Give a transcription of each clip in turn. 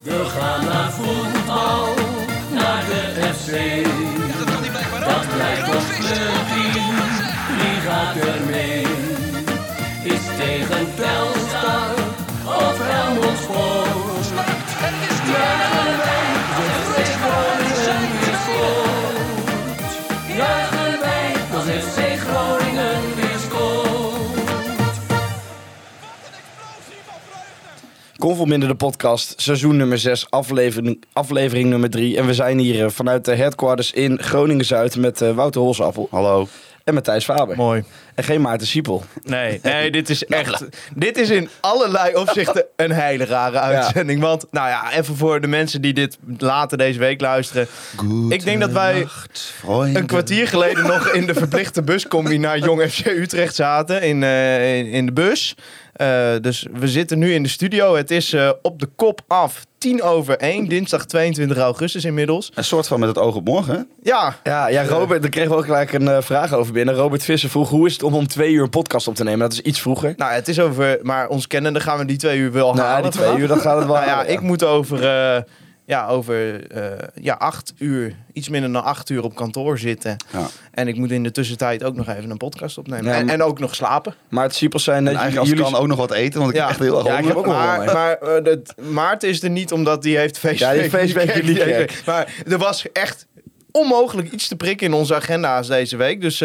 We gaan naar voetbal, naar de FC. Dat blijft ons clubteam, wie gaat er mee? Is tegen Telstar of Helmond Sport? Juichen wij, als FC Groningen weer scoort. Juichen wij, als FC Groningen weer scoort. Conforminder de podcast, seizoen nummer 6, aflevering nummer 3. En we zijn hier vanuit de headquarters in Groningen-Zuid met Wouter Holsappel. Hallo. En Matthijs Faber. Mooi. En geen Maarten Siepel. Nee, dit is echt... Dit is in allerlei opzichten een hele rare uitzending. Ja. Want, nou ja, even voor de mensen die dit later deze week luisteren. Ik denk dat wij een kwartier geleden nog in de verplichte buscombi naar Jong FC Utrecht zaten. In de bus. Dus we zitten nu in de studio. Het is op de kop af 1:10, dinsdag 22 augustus inmiddels. Een soort van met het oog op morgen. Ja. Ja, Robert, daar kregen we ook gelijk een vraag over binnen. Robert Visser vroeg, hoe is het om 2 uur een podcast op te nemen? Dat is iets vroeger. Nou, het is over... Maar ons kennende gaan we die 2 uur wel halen. Die 2 uur, dat gaat het wel. Nou ja, ik moet over 8 uur, iets minder dan 8 uur op kantoor zitten. Ja. En ik moet in de tussentijd ook nog even een podcast opnemen. Ja, en ook nog slapen. Maar het Siepels zijn net... Eigenlijk als ik kan ook nog wat eten, want ik heb echt heel erg honger. Ik heb ook maar Maarten is er niet, omdat die heeft feestweek. Ja, die heeft feestweek in die kerk. Maar er was echt onmogelijk iets te prikken in onze agenda's deze week. Dus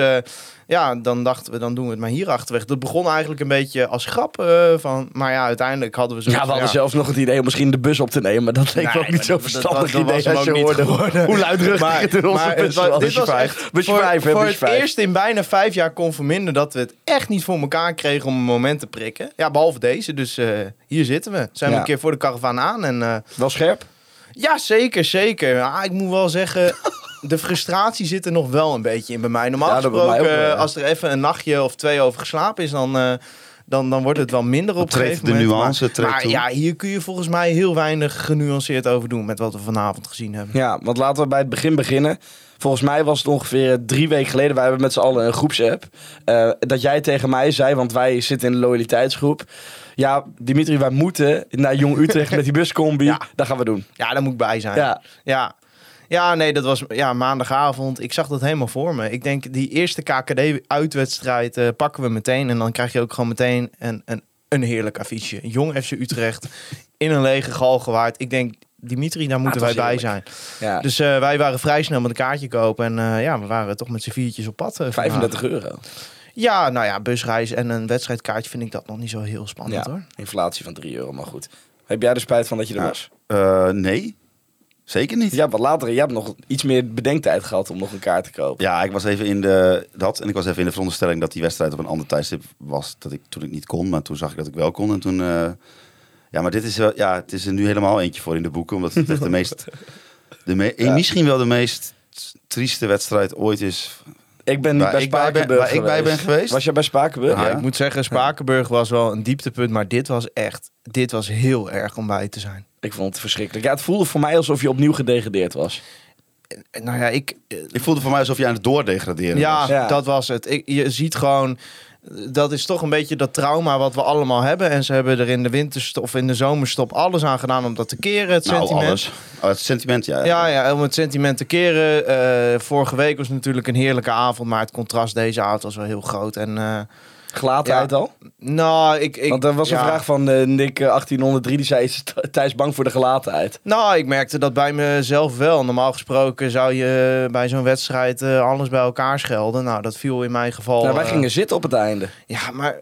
dan dachten we, dan doen we het maar hier achterweg. Dat begon eigenlijk een beetje als grap. Maar ja, uiteindelijk hadden we zo. Ja, we hadden zelfs nog het idee om misschien de bus op te nemen. Maar dat leek me ook niet zo verstandig idee als je hoorde hoe luidruchtig het in onze bus was. Dit was echt busje 5, voor het eerst in bijna 5 jaar Conforminder dat we het echt niet voor elkaar kregen om een moment te prikken. Ja, behalve deze. Dus hier zitten we. Zijn we een keer voor de karavaan aan. En, wel scherp? Ja, zeker. Ik moet wel zeggen... De frustratie zit er nog wel een beetje in bij mij. Normaal gesproken, als er even een nachtje of 2 over geslapen is, dan wordt het wel minder op een gegeven moment. De nuance maar ja, hier kun je volgens mij heel weinig genuanceerd over doen met wat we vanavond gezien hebben. Ja, want laten we bij het begin beginnen. Volgens mij was het ongeveer 3 weken geleden. Wij hebben met z'n allen een groepsapp. Dat jij tegen mij zei, want wij zitten in de loyaliteitsgroep. Ja, Dimitri, wij moeten naar Jong Utrecht met die buscombi. Ja. Dat gaan we doen. Ja, daar moet ik bij zijn. Ja, nee, dat was maandagavond. Ik zag dat helemaal voor me. Ik denk, die eerste KKD-uitwedstrijd pakken we meteen. En dan krijg je ook gewoon meteen een heerlijk affiche. Jong FC Utrecht in een lege Galgenwaard. Ik denk, Dimitri, daar moeten wij bij zijn. Ja. Dus wij waren vrij snel met een kaartje kopen. En we waren toch met z'n 4'tjes op pad. €35. Ja, nou ja, busreis en een wedstrijdkaartje vind ik dat nog niet zo heel spannend, hoor. Inflatie van €3, maar goed. Heb jij er spijt van dat je er was? Nee. Zeker niet. Ja, wat later. Je hebt nog iets meer bedenktijd gehad om nog een kaart te kopen. Ja, ik was even in ik was even in de veronderstelling dat die wedstrijd op een ander tijdstip was toen ik niet kon. Maar toen zag ik dat ik wel kon. En toen... maar dit is wel... Ja, het is er nu helemaal eentje voor in de boeken. Omdat het echt misschien wel de meest trieste wedstrijd ooit is... Ik ben niet bij Spakenburg waar ik bij ben geweest. Was je bij Spakenburg? Ja. Ik moet zeggen, Spakenburg was wel een dieptepunt. Maar dit was heel erg om bij te zijn. Ik vond het verschrikkelijk. Ja, het voelde voor mij alsof je opnieuw gedegradeerd was. Nou ja, ik voelde voor mij alsof je aan het doordegraderen was. Ja, dat was het. Je ziet gewoon... Dat is toch een beetje dat trauma wat we allemaal hebben. En ze hebben er in de winterstop of in de zomerstop alles aan gedaan om dat te keren. Het sentiment. Alles. Het sentiment, ja. Ja, om het sentiment te keren. Vorige week was natuurlijk een heerlijke avond. Maar het contrast deze avond was wel heel groot. En... Gelatenheid al? Nou, Want er was een vraag van Nick 1803, die zei, is Thijs bang voor de gelatenheid? Nou, ik merkte dat bij mezelf wel. Normaal gesproken zou je bij zo'n wedstrijd alles bij elkaar schelden. Nou, dat viel in mijn geval... Nou, wij gingen zitten op het einde. Ja, maar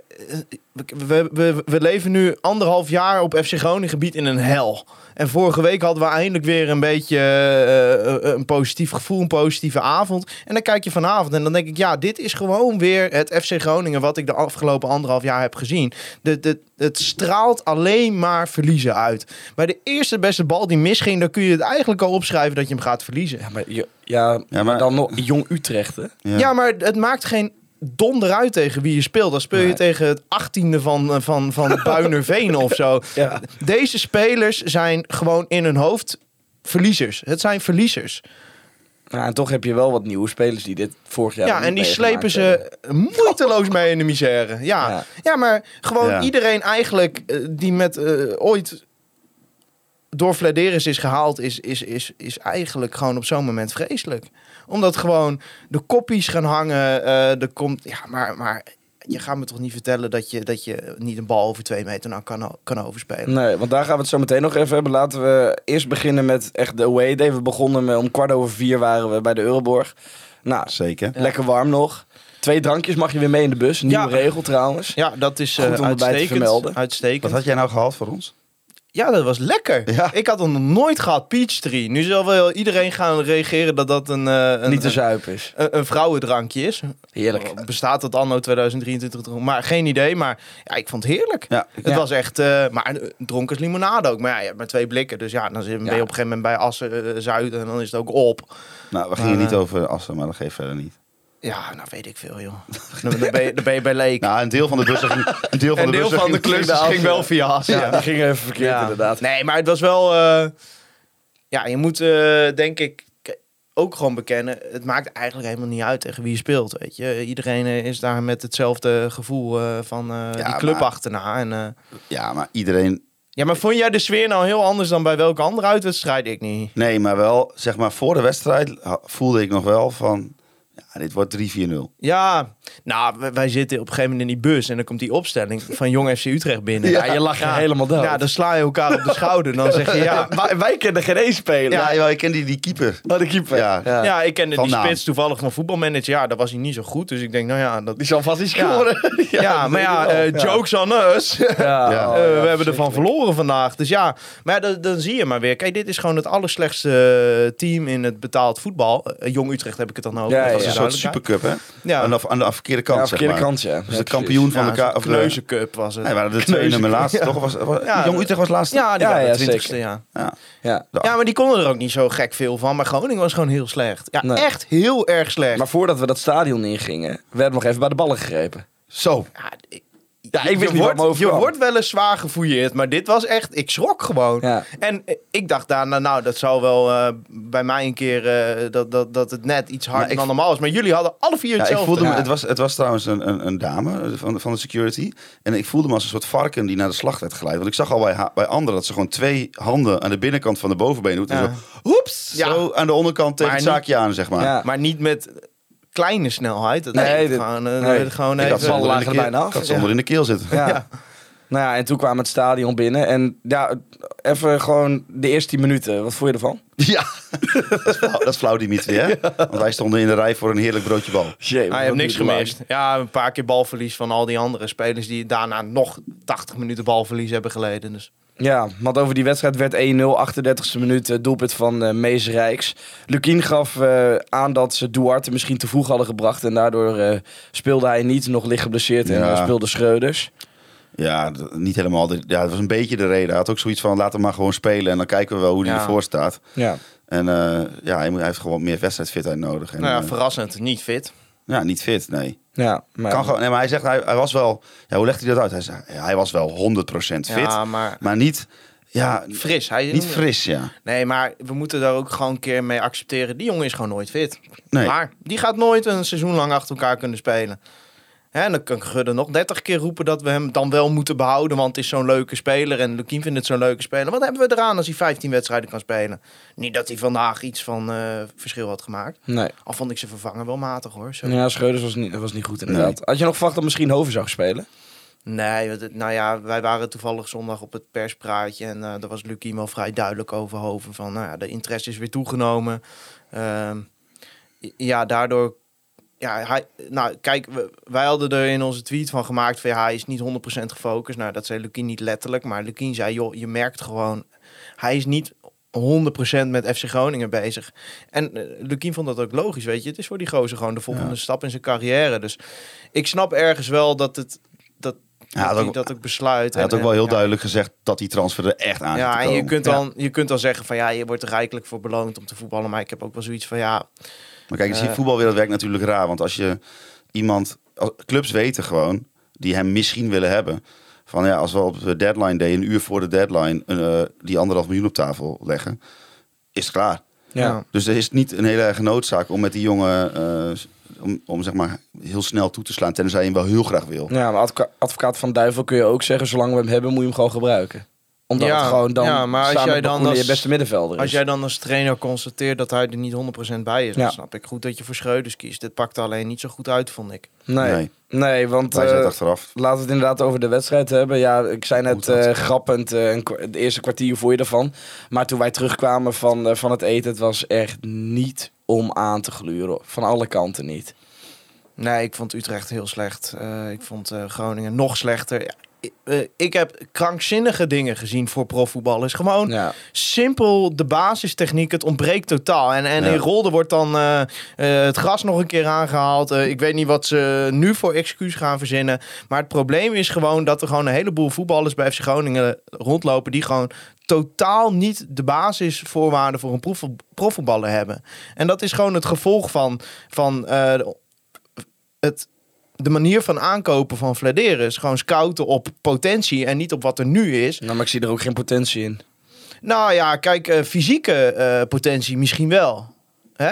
we leven nu 1,5 jaar op FC Groningen gebied in een hel. En vorige week hadden we eindelijk weer een beetje een positief gevoel, een positieve avond. En dan kijk je vanavond en dan denk ik, ja, dit is gewoon weer het FC Groningen wat ik de afgelopen 1,5 jaar heb gezien. Het straalt alleen maar verliezen uit. Bij de eerste beste bal die misging, dan kun je het eigenlijk al opschrijven dat je hem gaat verliezen. Maar dan nog Jong Utrecht, hè? Ja, maar het maakt geen donder uit tegen wie je speelt. Dan speel je tegen het 18e van Buinerveen of zo. Ja. Deze spelers zijn gewoon in hun hoofd verliezers. Het zijn verliezers. Ja, en toch heb je wel wat nieuwe spelers die dit vorig jaar... Ja, en die slepen ze moeiteloos mee in de misère. Ja, maar gewoon iedereen eigenlijk die met ooit door Vladeris is gehaald, is eigenlijk gewoon op zo'n moment vreselijk. Omdat gewoon de koppies gaan hangen. Er komt, ja, maar je gaat me toch niet vertellen dat je niet een bal over 2 meter nou kan overspelen. Nee, want daar gaan we het zo meteen nog even hebben. Laten we eerst beginnen met echt de away day. We begonnen om 4:15 waren we bij de Euroborg. Nou, Zeker. lekker warm nog. 2 drankjes mag je weer mee in de bus. Een nieuwe regel trouwens. Ja, dat is Goed om erbij te vermelden. uitstekend. Wat had jij nou gehaald voor ons? Ja, dat was lekker. Ja. Ik had het nog nooit gehad, Peachtree. Nu zal wel iedereen gaan reageren dat dat Niet te zuipen is. een vrouwendrankje is. Heerlijk. Bestaat dat anno 2023? Maar geen idee. Maar ja, ik vond het heerlijk. Ja. Het was echt... maar een dronken limonade ook. Maar ja, je hebt maar 2 blikken. Dus ja, dan ben je op een gegeven moment bij Assen, Zuiden. En dan is het ook op. Nou, we gingen niet over Assen, maar dat geeft verder niet. Ja, nou weet ik veel, joh. Dan ben je bij Leek. Nou, een deel van de bussen ging... Een deel van de klus bussen ging wel via Assen. Ja, die ging even verkeerd inderdaad. Nee, maar het was wel... ja, je moet denk ik ook gewoon bekennen... Het maakt eigenlijk helemaal niet uit tegen wie je speelt, weet je. Iedereen is daar met hetzelfde gevoel van die club achterna. En, ja, maar iedereen... Ja, maar vond jij de sfeer nou heel anders dan bij welke andere uitwedstrijd? Ik niet. Nee, maar wel, zeg maar, voor de wedstrijd voelde ik nog wel van... Ja, dit wordt 3-4-0. Ja, nou, wij zitten op een gegeven moment in die bus... en dan komt die opstelling van Jong FC Utrecht binnen. Ja, je lacht je helemaal dood. Ja, dan sla je elkaar op de schouder. Dan zeg je, ja... Wij kennen geen één speler. Ja, ik ken die keeper. Oh, de keeper. Ja. Ja, ik kende Van die naam. spits toevallig van voetbalmanager. Ja, daar was hij niet zo goed. Dus ik denk, nou ja... Die zal vast niet scoren. Ja, maar ja, jokes on us. Ja. We hebben ervan verloren vandaag. Dus ja, maar ja, dan zie je maar weer. Kijk, dit is gewoon het allerslechtste team in het betaald voetbal. Jong Utrecht heb ik het dan over. Ja, Dat ja, is een soort supercup, hè? Ja. Aan de verkeerde kant, Ja, zeg verkeerde maar. kant, ja. Dus de kampioen van elkaar... Of Kneuzencup was het. Nee, waren de 2 nummer laatste, toch? Ja. Jong Utrecht was laatste? Ja, die Ja, waren ja, de 20ste, zeker. ja. Ja. Ja. Ja, maar die konden er ook niet zo gek veel van. Maar Groningen was gewoon heel slecht. Ja, Nee. echt heel erg slecht. Maar voordat we dat stadion ingingen, werden we nog even bij de ballen gegrepen. Zo. Ja, ik wist niet wat me je overkwam. wordt wel eens zwaar gefouilleerd, maar dit was echt... Ik schrok gewoon. Ja. En ik dacht daarna, nou, dat zou wel bij mij een keer... dat het net iets harder dan normaal is. Maar jullie hadden alle 4 Ja, ik hetzelfde. voelde me, Ja. het was trouwens een dame van de security. En ik voelde me als een soort varken die naar de slag werd geleid. Want ik zag al bij anderen dat ze gewoon 2 handen aan de binnenkant van de bovenbeen doet. En Ja. zo, hoeps, Ja. zo aan de onderkant tegen Maar het zaakje aan, zeg maar. Ja. Maar niet met kleine snelheid. Dat Nee, werd dit- gewoon, nee. werd gewoon Ik had even... ballen zonder in lagen de er keel- bijna af. ik had zonder in de keel zitten. Ja. Ja. Nou ja, en toen kwamen we het stadion binnen. En ja, even gewoon de eerste 10 minuten. Wat vond je ervan? Ja, dat is flauw, Dimitri, hè? Want wij stonden in de rij voor een heerlijk broodje bal. Jee, je hebt niks gemist. Ja, een paar keer balverlies van al die andere spelers... die daarna nog 80 minuten balverlies hebben geleden. Dus. Ja, want over die wedstrijd werd 1-0, 38e minuut, doelpunt van Mees Rijks. Lukien gaf aan dat ze Duarte misschien te vroeg hadden gebracht. En daardoor speelde hij niet, nog licht geblesseerd en Ja. speelde Schreuders. Ja, niet helemaal. Ja, dat was een beetje de reden. Hij had ook zoiets van, laat hem maar gewoon spelen. En dan kijken we wel hoe hij Ja. ervoor staat. Ja. En ja, hij heeft gewoon meer wedstrijdfitheid nodig. En, Nou ja, verrassend. Niet fit. ja, niet fit, nee. Ja, maar Kan gewoon, nee, maar hij zegt, hij was wel... Ja, hoe legt hij dat uit? Hij zei, ja, hij was wel 100% fit. Ja, maar Maar niet... Ja, fris. Hij, niet fris, ja. Nee, maar we moeten daar ook gewoon een keer mee accepteren. Die jongen is gewoon nooit fit. Nee. Maar die gaat nooit een seizoen lang achter elkaar kunnen spelen. Hè, en dan kan Gudde nog 30 keer roepen dat we hem dan wel moeten behouden. Want het is zo'n leuke speler. En Lukien vindt het zo'n leuke speler. Wat hebben we eraan als hij 15 wedstrijden kan spelen? Niet dat hij vandaag iets van verschil had gemaakt. nee. Al vond ik ze vervangen wel matig, hoor. Zo. Ja, Schreuders was niet goed inderdaad. Had je nog verwacht dat misschien Hoven zou spelen? Nee, nou ja, wij waren toevallig zondag op het perspraatje. En daar was Lukien wel vrij duidelijk over Hoven. Van, nou ja, de interesse is weer toegenomen. Ja, daardoor... Ja, nou, kijk, wij hadden er in onze tweet van gemaakt van... Ja, hij is niet 100% gefocust. Nou, dat zei Lukien niet letterlijk. Maar Lukien zei, joh, je merkt gewoon... Hij is niet 100% met FC Groningen bezig. En Lukien vond dat ook logisch, weet je. Het is voor die gozer gewoon de volgende stap in zijn carrière. Dus ik snap ergens wel dat het... Dat ook besluit. Hij had ook wel heel duidelijk gezegd dat die transfer er echt aan zit te Ja, en komen. je kunt dan zeggen van... Ja, je wordt er rijkelijk voor beloond om te voetballen. Maar ik heb ook wel zoiets van, ja... Maar kijk, die voetbalwereld werkt natuurlijk raar. Want als je clubs weten gewoon, die hem misschien willen hebben. Van ja, als we op de deadline day, een uur voor de deadline, die 1,5 miljoen op tafel leggen, is het klaar. Ja. Dus er is niet een hele erge noodzaak om met die jongen, om zeg maar heel snel toe te slaan. Tenzij je hem wel heel graag wil. Ja, maar advocaat van Duivel kun je ook zeggen... zolang we hem hebben, moet je hem gewoon gebruiken. Omdat het gewoon dan maar als samen jij met dan Bakuna je als- beste middenvelder is. Als jij dan als trainer constateert dat hij er niet 100% bij is, Ja. dan snap ik goed dat je voor Schreuders kiest. Dit pakte alleen niet zo goed uit, vond ik. Nee, want Wij zijn het achteraf. laten we het inderdaad over de wedstrijd hebben. Ja, ik zei net Hoe dat? grappend, het eerste kwartier voor je ervan. Maar toen wij terugkwamen van het eten, het was echt niet om aan te gluren. Van alle kanten niet. Nee, ik vond Utrecht heel slecht. Ik vond Groningen nog slechter. Ja, ik heb krankzinnige dingen gezien voor profvoetballers. Gewoon Ja. simpel de basistechniek. Het ontbreekt totaal. En in Rolde wordt dan het gras nog een keer aangehaald. Ik weet niet wat ze nu voor excuus gaan verzinnen. Maar het probleem is gewoon dat er gewoon een heleboel voetballers bij FC Groningen rondlopen die gewoon totaal niet de basisvoorwaarden voor een profvoetballer hebben. En dat is gewoon het gevolg van de manier van aankopen van Vladeris. Gewoon scouten op potentie en niet op wat er nu is. Nou, maar ik zie er ook geen potentie in. Nou ja, kijk, fysieke potentie misschien wel. Hè?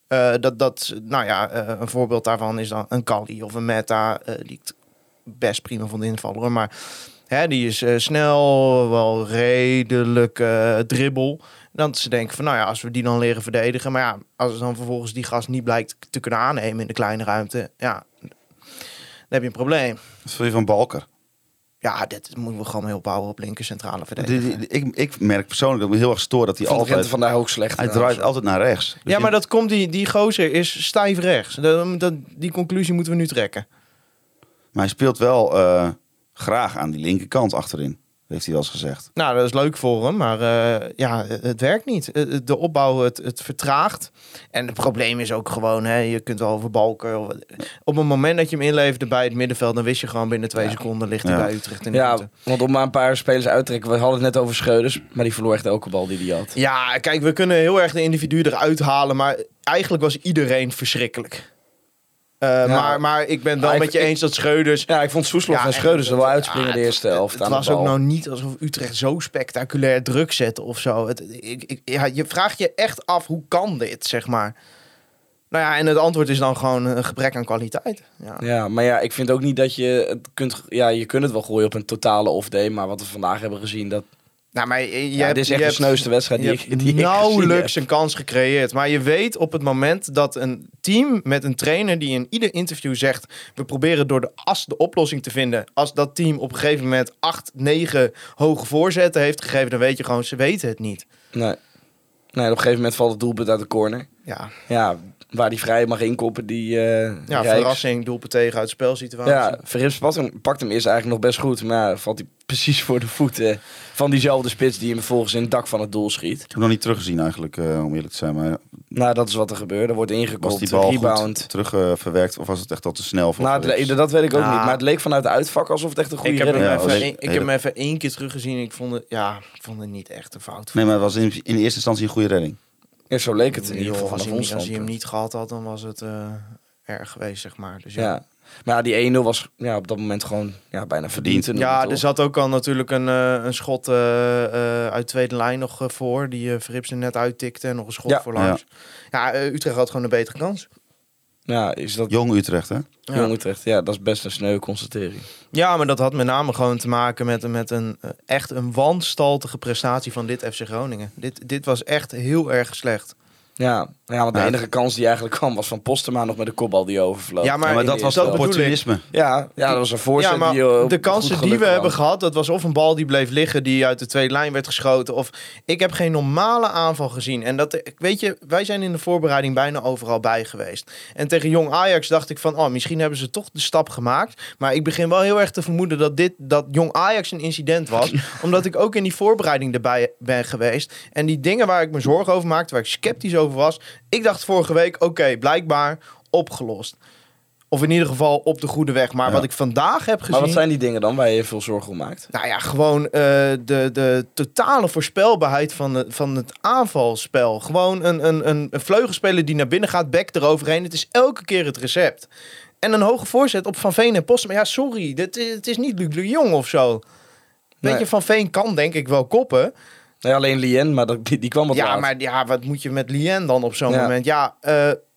Een voorbeeld daarvan is dan een Kali of een Meta. Die ik best prima vond invallen hoor. Maar die is snel, wel redelijk dribbel. Dan ze denken van, nou ja, als we die dan leren verdedigen. Maar ja, als dan vervolgens die gast niet blijkt te kunnen aannemen in de kleine ruimte. Ja, dan heb je een probleem. Wat vind je van Balker? Ja, dit moeten we gewoon heel bouwen op linker centrale verdediger. Ik merk persoonlijk dat me heel erg stoort dat hij Vond altijd... Rente vandaag ook slecht. Hij draait altijd naar rechts. Dus Ja, maar dat komt, die gozer is stijf rechts. Die conclusie moeten we nu trekken. Maar hij speelt wel graag aan die linkerkant achterin. Heeft hij wel eens gezegd. Nou, dat is leuk voor hem, maar het werkt niet. De opbouw, het vertraagt. En het probleem is ook gewoon, je kunt wel over Balker. Op het moment dat je hem inleverde bij het middenveld, dan wist je gewoon binnen 2 seconden ligt hij bij Utrecht in de voeten. Want om maar een paar spelers uit te trekken. We hadden het net over Schreuders, maar die verloor echt elke bal die hij had. Ja, kijk, we kunnen heel erg de individuen eruit halen, maar eigenlijk was iedereen verschrikkelijk. Maar ik ben wel met je eens dat Schreuders... Ja, ik vond Soeslof en Schreuders er wel uitspringen de eerste helft. Het was ook nou niet alsof Utrecht zo spectaculair druk zette of zo. Je vraagt je echt af, hoe kan dit, zeg maar? Nou ja, en het antwoord is dan gewoon een gebrek aan kwaliteit. Ja, maar ja, ik vind ook niet dat je het kunt... Ja, je kunt het wel gooien op een totale off-day, maar wat we vandaag hebben gezien, dat... Nou, maar dit is echt de sneuwste wedstrijd die ik nauwelijks een kans gecreëerd. Maar je weet op het moment dat een team met een trainer die in ieder interview zegt, we proberen door de as de oplossing te vinden. Als dat team op een gegeven moment 8, 9 hoge voorzetten heeft gegeven, dan weet je gewoon, ze weten het niet. Nee, op een gegeven moment valt het doelpunt uit de corner. Ja, waar die vrij mag inkoppen, verrassing, doelpunt tegen uit spelsituatie. Ja, Verrips pakt hem eerst eigenlijk nog best goed. Maar ja, valt hij precies voor de voeten van diezelfde spits die hem vervolgens in het dak van het doel schiet. Ik heb nog niet teruggezien eigenlijk, om eerlijk te zijn. Maar nou, dat is wat er gebeurde. Er wordt ingekopt, was die bal rebound. goed terugverwerkt of was het echt al te snel voor Nou, dat weet ik ook niet. Maar het leek vanuit de uitvak alsof het echt een goede redding was. Ik heb hem even 1 keer teruggezien. Ik vond het niet echt een fout. Nee, maar het was in eerste instantie een goede redding. Ja, zo leek het in ieder geval. Als hij hem niet gehad had, dan was het erg geweest, zeg maar. Dus ja. Maar die 1-0 was op dat moment gewoon bijna verdiend. Ja, er zat ook al natuurlijk een schot uit tweede lijn nog voor. Die Verrips er net uittikte en nog een schot voor langs. Ja, Utrecht had gewoon een betere kans. Ja, is dat... Jong Utrecht, hè? Jong Utrecht, ja, dat is best een sneu constatering. Ja, maar dat had met name gewoon te maken met een echt een wanstaltige prestatie van dit FC Groningen. Dit was echt heel erg slecht. Ja, want de enige kans die eigenlijk kwam was van Postema nog met de kopbal die overvloog. Ja, maar dat was opportunisme. Ja, dat was een voorzet. Ja, maar de kansen die we hebben gehad, dat was of een bal die bleef liggen die uit de tweede lijn werd geschoten. Of ik heb geen normale aanval gezien. En dat, weet je, wij zijn in de voorbereiding bijna overal bij geweest. En tegen Jong Ajax dacht ik van, misschien hebben ze toch de stap gemaakt. Maar ik begin wel heel erg te vermoeden dat Jong Ajax een incident was. Omdat ik ook in die voorbereiding erbij ben geweest. En die dingen waar ik me zorgen over maakte, waar ik sceptisch over was. Ik dacht vorige week, oké, blijkbaar opgelost. Of in ieder geval op de goede weg. Maar wat ik vandaag heb gezien... Maar wat zijn die dingen dan waar je veel zorgen om maakt? Nou ja, gewoon de totale voorspelbaarheid van het aanvalspel. Gewoon een vleugelspeler die naar binnen gaat, back eroverheen. Het is elke keer het recept. En een hoge voorzet op Van Veen en Postema. Ja, sorry, het is niet Luc de Jong of zo. Weet je, Van Veen kan denk ik wel koppen. Nee, alleen Lien, maar die kwam wat laat. Maar wat moet je met Lien dan op zo'n moment? Ja,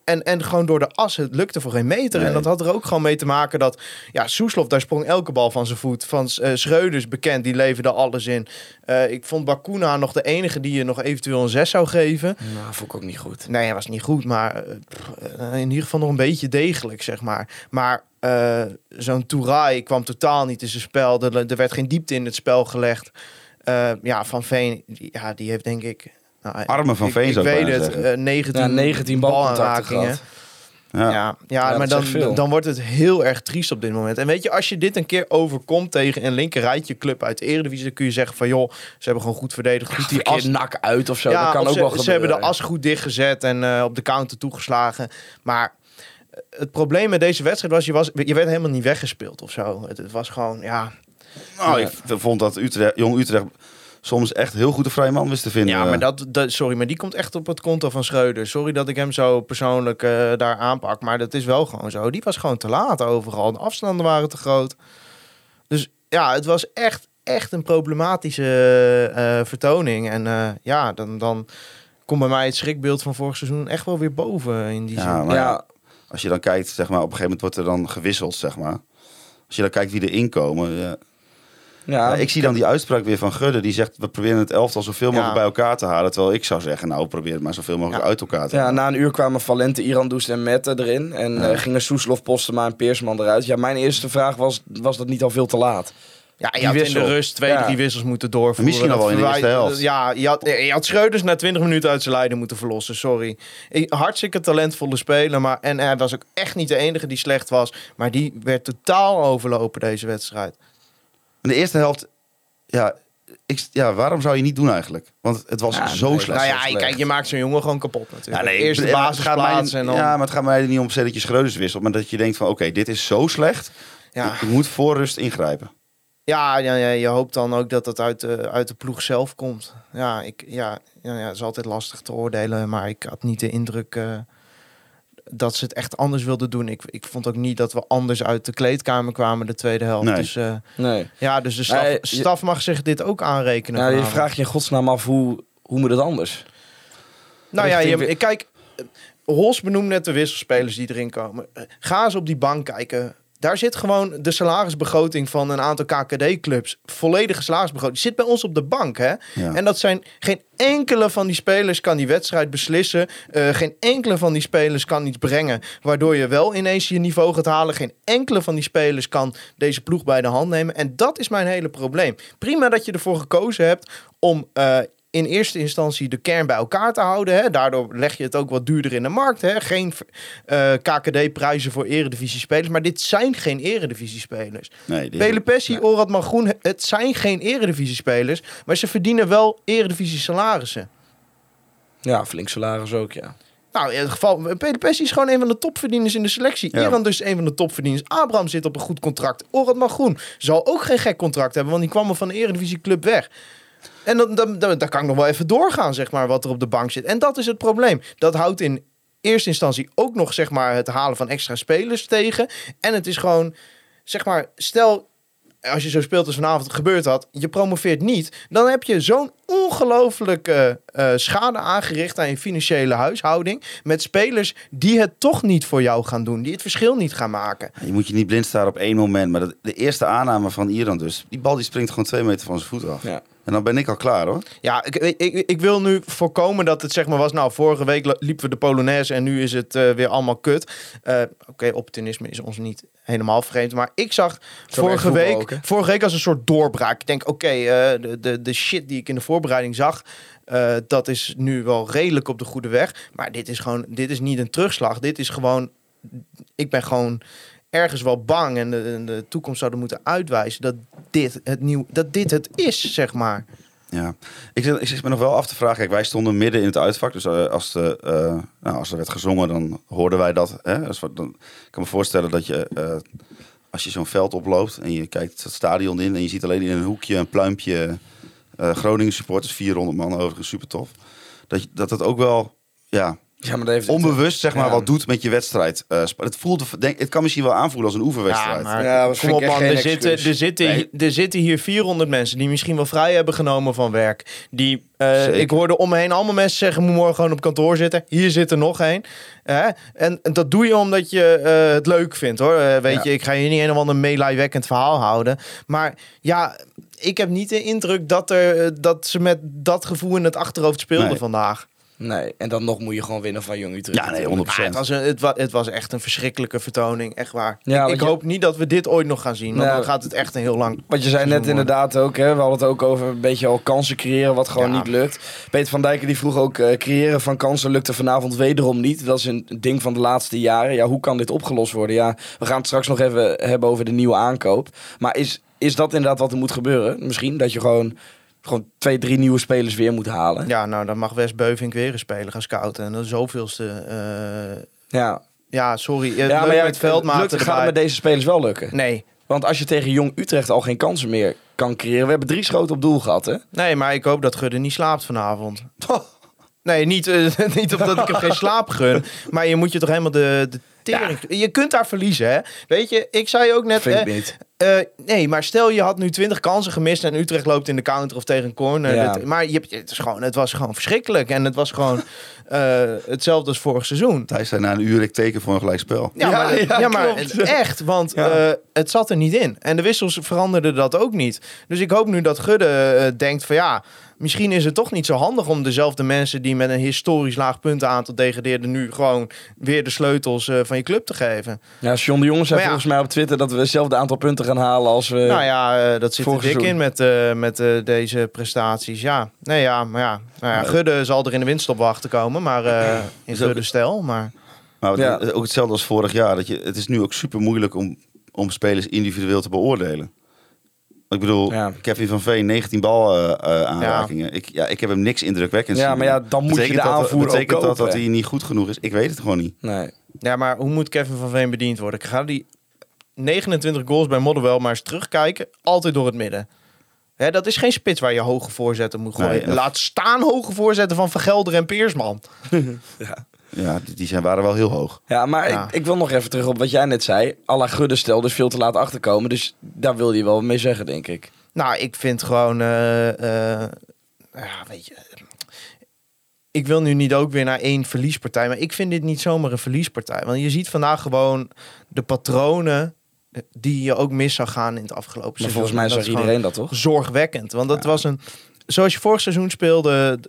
En gewoon door de as, het lukte voor geen meter. Nee. En dat had er ook gewoon mee te maken dat... Ja, Soeslof, daar sprong elke bal van zijn voet. Van Schreuders, bekend, die leverde alles in. Ik vond Bakuna nog de enige die je nog eventueel een 6 zou geven. Nou, vond ik ook niet goed. Nee, hij was niet goed, maar in ieder geval nog een beetje degelijk, zeg maar. Maar zo'n Touray kwam totaal niet in zijn spel. Er werd geen diepte in het spel gelegd. Van Veen, die heeft denk ik... Nou, Armen van Veen zou ik weet bijna het, zeggen. 19 balcontacten balaanrakingen. gehad. Ja. Maar dat is echt veel. dan wordt het heel erg triest op dit moment. En weet je, als je dit een keer overkomt tegen een linkerrijtje club uit de Eredivisie, dan kun je zeggen van joh, ze hebben gewoon goed verdedigd. Goed die as nak uit of zo, dat kan of ook wel ze gebeuren. hebben de as goed dichtgezet en op de counter toegeslagen. Maar het probleem met deze wedstrijd was, je werd helemaal niet weggespeeld of zo. Het was gewoon, Nou, ik vond dat Jong Utrecht soms echt heel goed de vrije man wist te vinden. Ja, maar sorry, maar die komt echt op het konto van Schreuder. Sorry dat ik hem zo persoonlijk daar aanpak, maar dat is wel gewoon zo. Die was gewoon te laat overal. De afstanden waren te groot. Dus ja, het was echt een problematische vertoning. En dan komt bij mij het schrikbeeld van vorig seizoen echt wel weer boven in die zin. Maar ja, als je dan kijkt, zeg maar, op een gegeven moment wordt er dan gewisseld, zeg maar. Als je dan kijkt wie erin komen... Ja, ik zie dan die uitspraak weer van Gudde. Die zegt, we proberen het elftal zoveel mogelijk bij elkaar te halen. Terwijl ik zou zeggen, nou, probeer het maar zoveel mogelijk uit elkaar te halen. Na een uur kwamen Valente, Irandoes en Mette erin. En gingen Soeslof, Postema en Peersman eruit. Ja, mijn eerste vraag was dat niet al veel te laat? Ja, je had in de rust 2-3 wissels moeten doorvoeren. Misschien al wel in de eerste helft. Ja, je had Schreuders na 20 minuten uit zijn lijden moeten verlossen, sorry. Hartstikke talentvolle speler, en hij was ook echt niet de enige die slecht was. Maar die werd totaal overlopen, deze wedstrijd. In de eerste helft... waarom zou je niet doen eigenlijk? Want het was zo slecht. Nou ja, kijk, je maakt zo'n jongen gewoon kapot natuurlijk. Ja, nee, eerste basisplaats en dan... Ja, maar het gaat mij er niet om dat je Schreuders wisselt. Maar dat je denkt van, oké, dit is zo slecht. Ja. Je moet voor rust ingrijpen. Ja, je hoopt dan ook dat dat uit de ploeg zelf komt. Het is altijd lastig te oordelen. Maar ik had niet de indruk dat ze het echt anders wilden doen. Ik vond ook niet dat we anders uit de kleedkamer kwamen de tweede helft. Nee. Dus, nee. Ja, dus de staf mag zich dit ook aanrekenen. Nou, je vraagt je in godsnaam af, hoe moet het anders? Nou ja, kijk, Hols benoemt net de wisselspelers die erin komen. Ga eens op die bank kijken. Daar zit gewoon de salarisbegroting van een aantal KKD-clubs. Volledige salarisbegroting. Zit bij ons op de bank, hè? Ja. En dat zijn... Geen enkele van die spelers kan die wedstrijd beslissen. Geen enkele van die spelers kan iets brengen waardoor je wel ineens je niveau gaat halen. Geen enkele van die spelers kan deze ploeg bij de hand nemen. En dat is mijn hele probleem. Prima dat je ervoor gekozen hebt om... in eerste instantie de kern bij elkaar te houden. Hè? Daardoor leg je het ook wat duurder in de markt. Hè? Geen KKD-prijzen voor eredivisie-spelers. Maar dit zijn geen eredivisie-spelers. Nee, Pelopessi, Orad Magroen, het zijn geen eredivisie-spelers. Maar ze verdienen wel eredivisie-salarissen. Ja, flink salaris ook, ja. Nou, in het geval, Pelopessi is gewoon een van de topverdieners in de selectie. Ja. Iran dus een van de topverdieners. Abraham zit op een goed contract. Orad Magroen zal ook geen gek contract hebben, want die kwam er van de Eredivisie-club weg. En dan kan ik nog wel even doorgaan, zeg maar, wat er op de bank zit. En dat is het probleem. Dat houdt in eerste instantie ook nog, zeg maar, het halen van extra spelers tegen. En het is gewoon, zeg maar, stel... Als je zo speelt als vanavond gebeurd had, je promoveert niet, dan heb je zo'n ongelooflijke schade aangericht aan je financiële huishouding met spelers die het toch niet voor jou gaan doen, die het verschil niet gaan maken. Je moet je niet blind staren op één moment, maar de eerste aanname van Iran dus, die bal die springt gewoon 2 meter van zijn voet af. Ja. En dan ben ik al klaar, hoor. Ja, ik wil nu voorkomen dat het, zeg maar, was... Nou, vorige week liepen we de Polonaise en nu is het weer allemaal kut. Oké, opportunisme is ons niet helemaal vreemd. Maar ik zag vorige week als een soort doorbraak. Ik denk, de shit die ik in de voorbereiding zag... dat is nu wel redelijk op de goede weg. Maar dit is niet een terugslag. Dit is gewoon... Ik ben gewoon... ergens wel bang en de toekomst zouden moeten uitwijzen dat dit het is, zeg maar. Ja, ik zit me nog wel af te vragen. Kijk, wij stonden midden in het uitvak, dus als er werd gezongen, dan hoorden wij dat. Hè? Ik kan me voorstellen dat je, als je zo'n veld oploopt en je kijkt het stadion in en je ziet alleen in een hoekje een pluimpje Groningen supporters, 400 man overigens, super tof. Dat het ook wel, ja, Ja, maar dat heeft onbewust zeg maar ja. wat doet met je wedstrijd. Het kan misschien wel aanvoelen als een oefenwedstrijd. Ja, maar Ja, dat kom vind op ik echt man, geen excuus. er zitten hier 400 mensen die misschien wel vrij hebben genomen van werk. Ik hoorde om me heen allemaal mensen zeggen, moet morgen gewoon op kantoor zitten. Hier zit er nog één. En dat doe je omdat je het leuk vindt hoor. Weet je, ik ga je niet een of ander meelijwekkend verhaal houden. Maar ja, ik heb niet de indruk dat ze met dat gevoel in het achterhoofd speelden vandaag. Nee, en dan nog moet je gewoon winnen van Jong Utrecht. Ja, nee, 100%. Het was echt een verschrikkelijke vertoning, echt waar. Ja, ik hoop niet dat we dit ooit nog gaan zien, want dan gaat het echt een heel lang... Wat je zei net inderdaad ook, hè, we hadden het ook over een beetje al kansen creëren, wat gewoon niet lukt. Peter van Dijken die vroeg ook, creëren van kansen lukte vanavond wederom niet. Dat is een ding van de laatste jaren. Ja, hoe kan dit opgelost worden? Ja, we gaan het straks nog even hebben over de nieuwe aankoop. Maar is dat inderdaad wat er moet gebeuren? Misschien dat je gewoon 2-3 nieuwe spelers weer moet halen. Ja, nou dan mag Wes Beuvink weer een speler gaan scouten. En dat is zoveelste... Ja, sorry. Ja, maar met Veldmaten gaat het met deze spelers wel lukken? Nee. Want als je tegen Jong Utrecht al geen kansen meer kan creëren... We hebben 3 schoten op doel gehad, hè? Nee, maar ik hoop dat Gudde niet slaapt vanavond. Nee, niet omdat ik hem geen slaap gun. Maar je moet je toch helemaal de tering... Ja. Je kunt daar verliezen, hè? Weet je, ik zei ook net... Vind ik niet. Nee, maar stel je had nu 20 kansen gemist... en Utrecht loopt in de counter of tegen een corner. Ja. Maar het was gewoon verschrikkelijk. En het was gewoon hetzelfde als vorig seizoen. Thijs zei na een uur, ik teken voor een gelijkspel. Maar echt, want het zat er niet in. En de wissels veranderden dat ook niet. Dus ik hoop nu dat Gudde denkt van ja... Misschien is het toch niet zo handig om dezelfde mensen die met een historisch laag puntenaantal degradeerden nu gewoon weer de sleutels van je club te geven. Ja, John de Jong zei volgens mij op Twitter dat we hetzelfde aantal punten gaan halen als we... Nou ja, dat zit er dik seizoen. in met deze prestaties. Ja, nee ja, maar ja. Nou ja, Gudde zal er in de winststop wachten komen, maar in Gudde stijl. Maar ook hetzelfde als vorig jaar. Het is nu ook super moeilijk om spelers individueel te beoordelen. Ik bedoel, Kevin van Veen, 19 bal aanrakingen. Ja. Ik heb hem niks indrukwekkends zien. Maar ja, dan moet je de aanvoerder ook kopen. Dat hij niet goed genoeg is? Ik weet het gewoon niet. Nee. Ja, maar hoe moet Kevin van Veen bediend worden? Ga die 29 goals bij Modderwell maar eens terugkijken. Altijd door het midden. Hè, dat is geen spits waar je hoge voorzetten moet gooien. Nee, laat staan hoge voorzetten van Vergelder en Peersman. Ja, die waren wel heel hoog. Ja, maar ik wil nog even terug op wat jij net zei. À la Gudde stel, dus veel te laat achterkomen. Dus daar wil je wel mee zeggen, denk ik. Nou, ik vind gewoon... weet je... Ik wil nu niet ook weer naar 1 verliespartij. Maar ik vind dit niet zomaar een verliespartij. Want je ziet vandaag gewoon de patronen die je ook mis zou gaan in het afgelopen seizoen. Volgens mij zag iedereen dat, toch? Zorgwekkend. Want dat was een... Zoals je vorig seizoen speelde...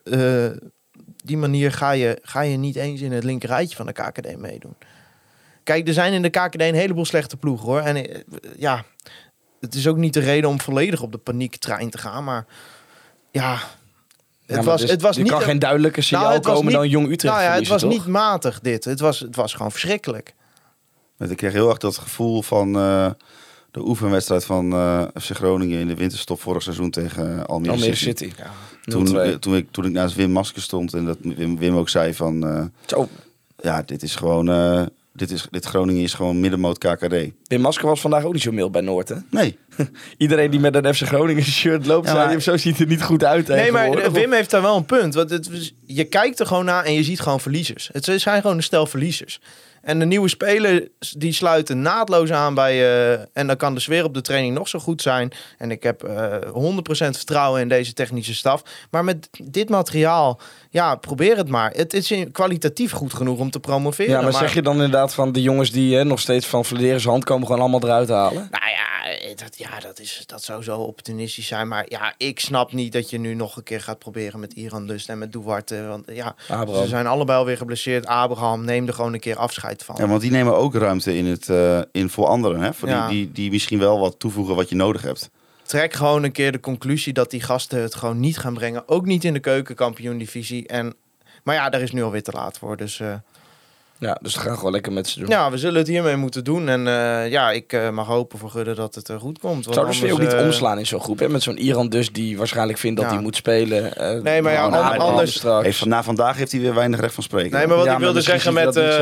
die manier ga je niet eens in het linkerrijtje van de KKD meedoen. Kijk, er zijn in de KKD een heleboel slechte ploegen, hoor. En ja, het is ook niet de reden om volledig op de paniektrein te gaan. Maar ja, het was je niet... kan geen duidelijke signaal komen dan Jong Utrecht. Nou ja, het was toch? niet matig, dit. Het was gewoon verschrikkelijk. Ik kreeg heel erg dat gevoel van de oefenwedstrijd van FC Groningen in de winterstop vorig seizoen tegen Almere City. Ja. Toen ik naast Wim Masker stond en dat Wim ook zei van... ja, dit is gewoon... Dit Groningen is gewoon middenmoot KKD. Wim Masker was vandaag ook niet zo mild bij Noord, hè? Nee. Iedereen die met een FC Groningen shirt loopt, zei hem, zo ziet het er niet goed uit. Nee, maar Wim heeft daar wel een punt. Want je kijkt er gewoon naar en je ziet gewoon verliezers. Het zijn gewoon een stel verliezers. En de nieuwe spelers die sluiten naadloos aan bij... en dan kan de sfeer op de training nog zo goed zijn. En ik heb 100% vertrouwen in deze technische staf. Maar met dit materiaal, ja, probeer het maar. Het is kwalitatief goed genoeg om te promoveren. Ja, maar zeg je dan inderdaad van de jongens die nog steeds van Vladeren's hand komen... gewoon allemaal eruit halen? Nou ja, dat zou zo opportunistisch zijn. Maar ja, ik snap niet dat je nu nog een keer gaat proberen met Iran Dust en met Duarte. Want ja, Abraham. Ze zijn allebei alweer geblesseerd. Abraham, neem er gewoon een keer afscheid van. Ja, want die nemen ook ruimte in voor anderen. Hè? Voor die misschien wel wat toevoegen wat je nodig hebt. Trek gewoon een keer de conclusie dat die gasten het gewoon niet gaan brengen. Ook niet in de keukenkampioen-divisie. Maar ja, daar is nu alweer te laat voor. Dus... Ja, dus we gaan gewoon lekker met ze doen. Ja, we zullen het hiermee moeten doen. En ik mag hopen voor Gudde dat het goed komt. Zou dus weer ook niet omslaan in zo'n groep? Hè? Met zo'n Iran dus die waarschijnlijk vindt dat hij moet spelen. Nee, maar ja, anders... Na vandaag heeft hij weer weinig recht van spreken. Nee, maar wat ik wilde zeggen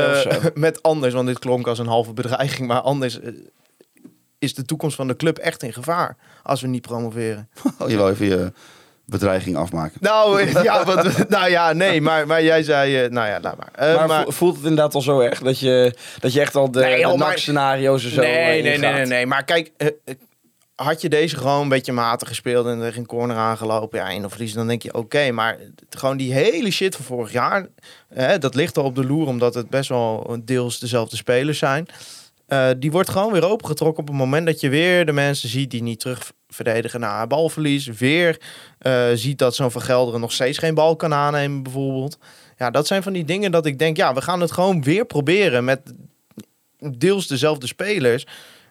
met anders... want dit klonk als een halve bedreiging... maar anders is de toekomst van de club echt in gevaar... als we niet promoveren. Je wil even bedreiging afmaken. Nee, maar jij zei, laat maar. Maar voelt het inderdaad al zo erg dat je echt al de NAC-scenario's en zo... Nee. Maar kijk, had je deze gewoon een beetje matig gespeeld en er geen corner aangelopen, ja, 1-0 verliezen, dan denk je oké, maar gewoon die hele shit van vorig jaar, dat ligt al op de loer, omdat het best wel deels dezelfde spelers zijn. Die wordt gewoon weer opengetrokken op het moment dat je weer de mensen ziet die niet terug verdedigen na balverlies. Weer ziet dat zo'n Van Gelderen nog steeds geen bal kan aannemen bijvoorbeeld. Ja, dat zijn van die dingen dat ik denk, ja, we gaan het gewoon weer proberen met deels dezelfde spelers.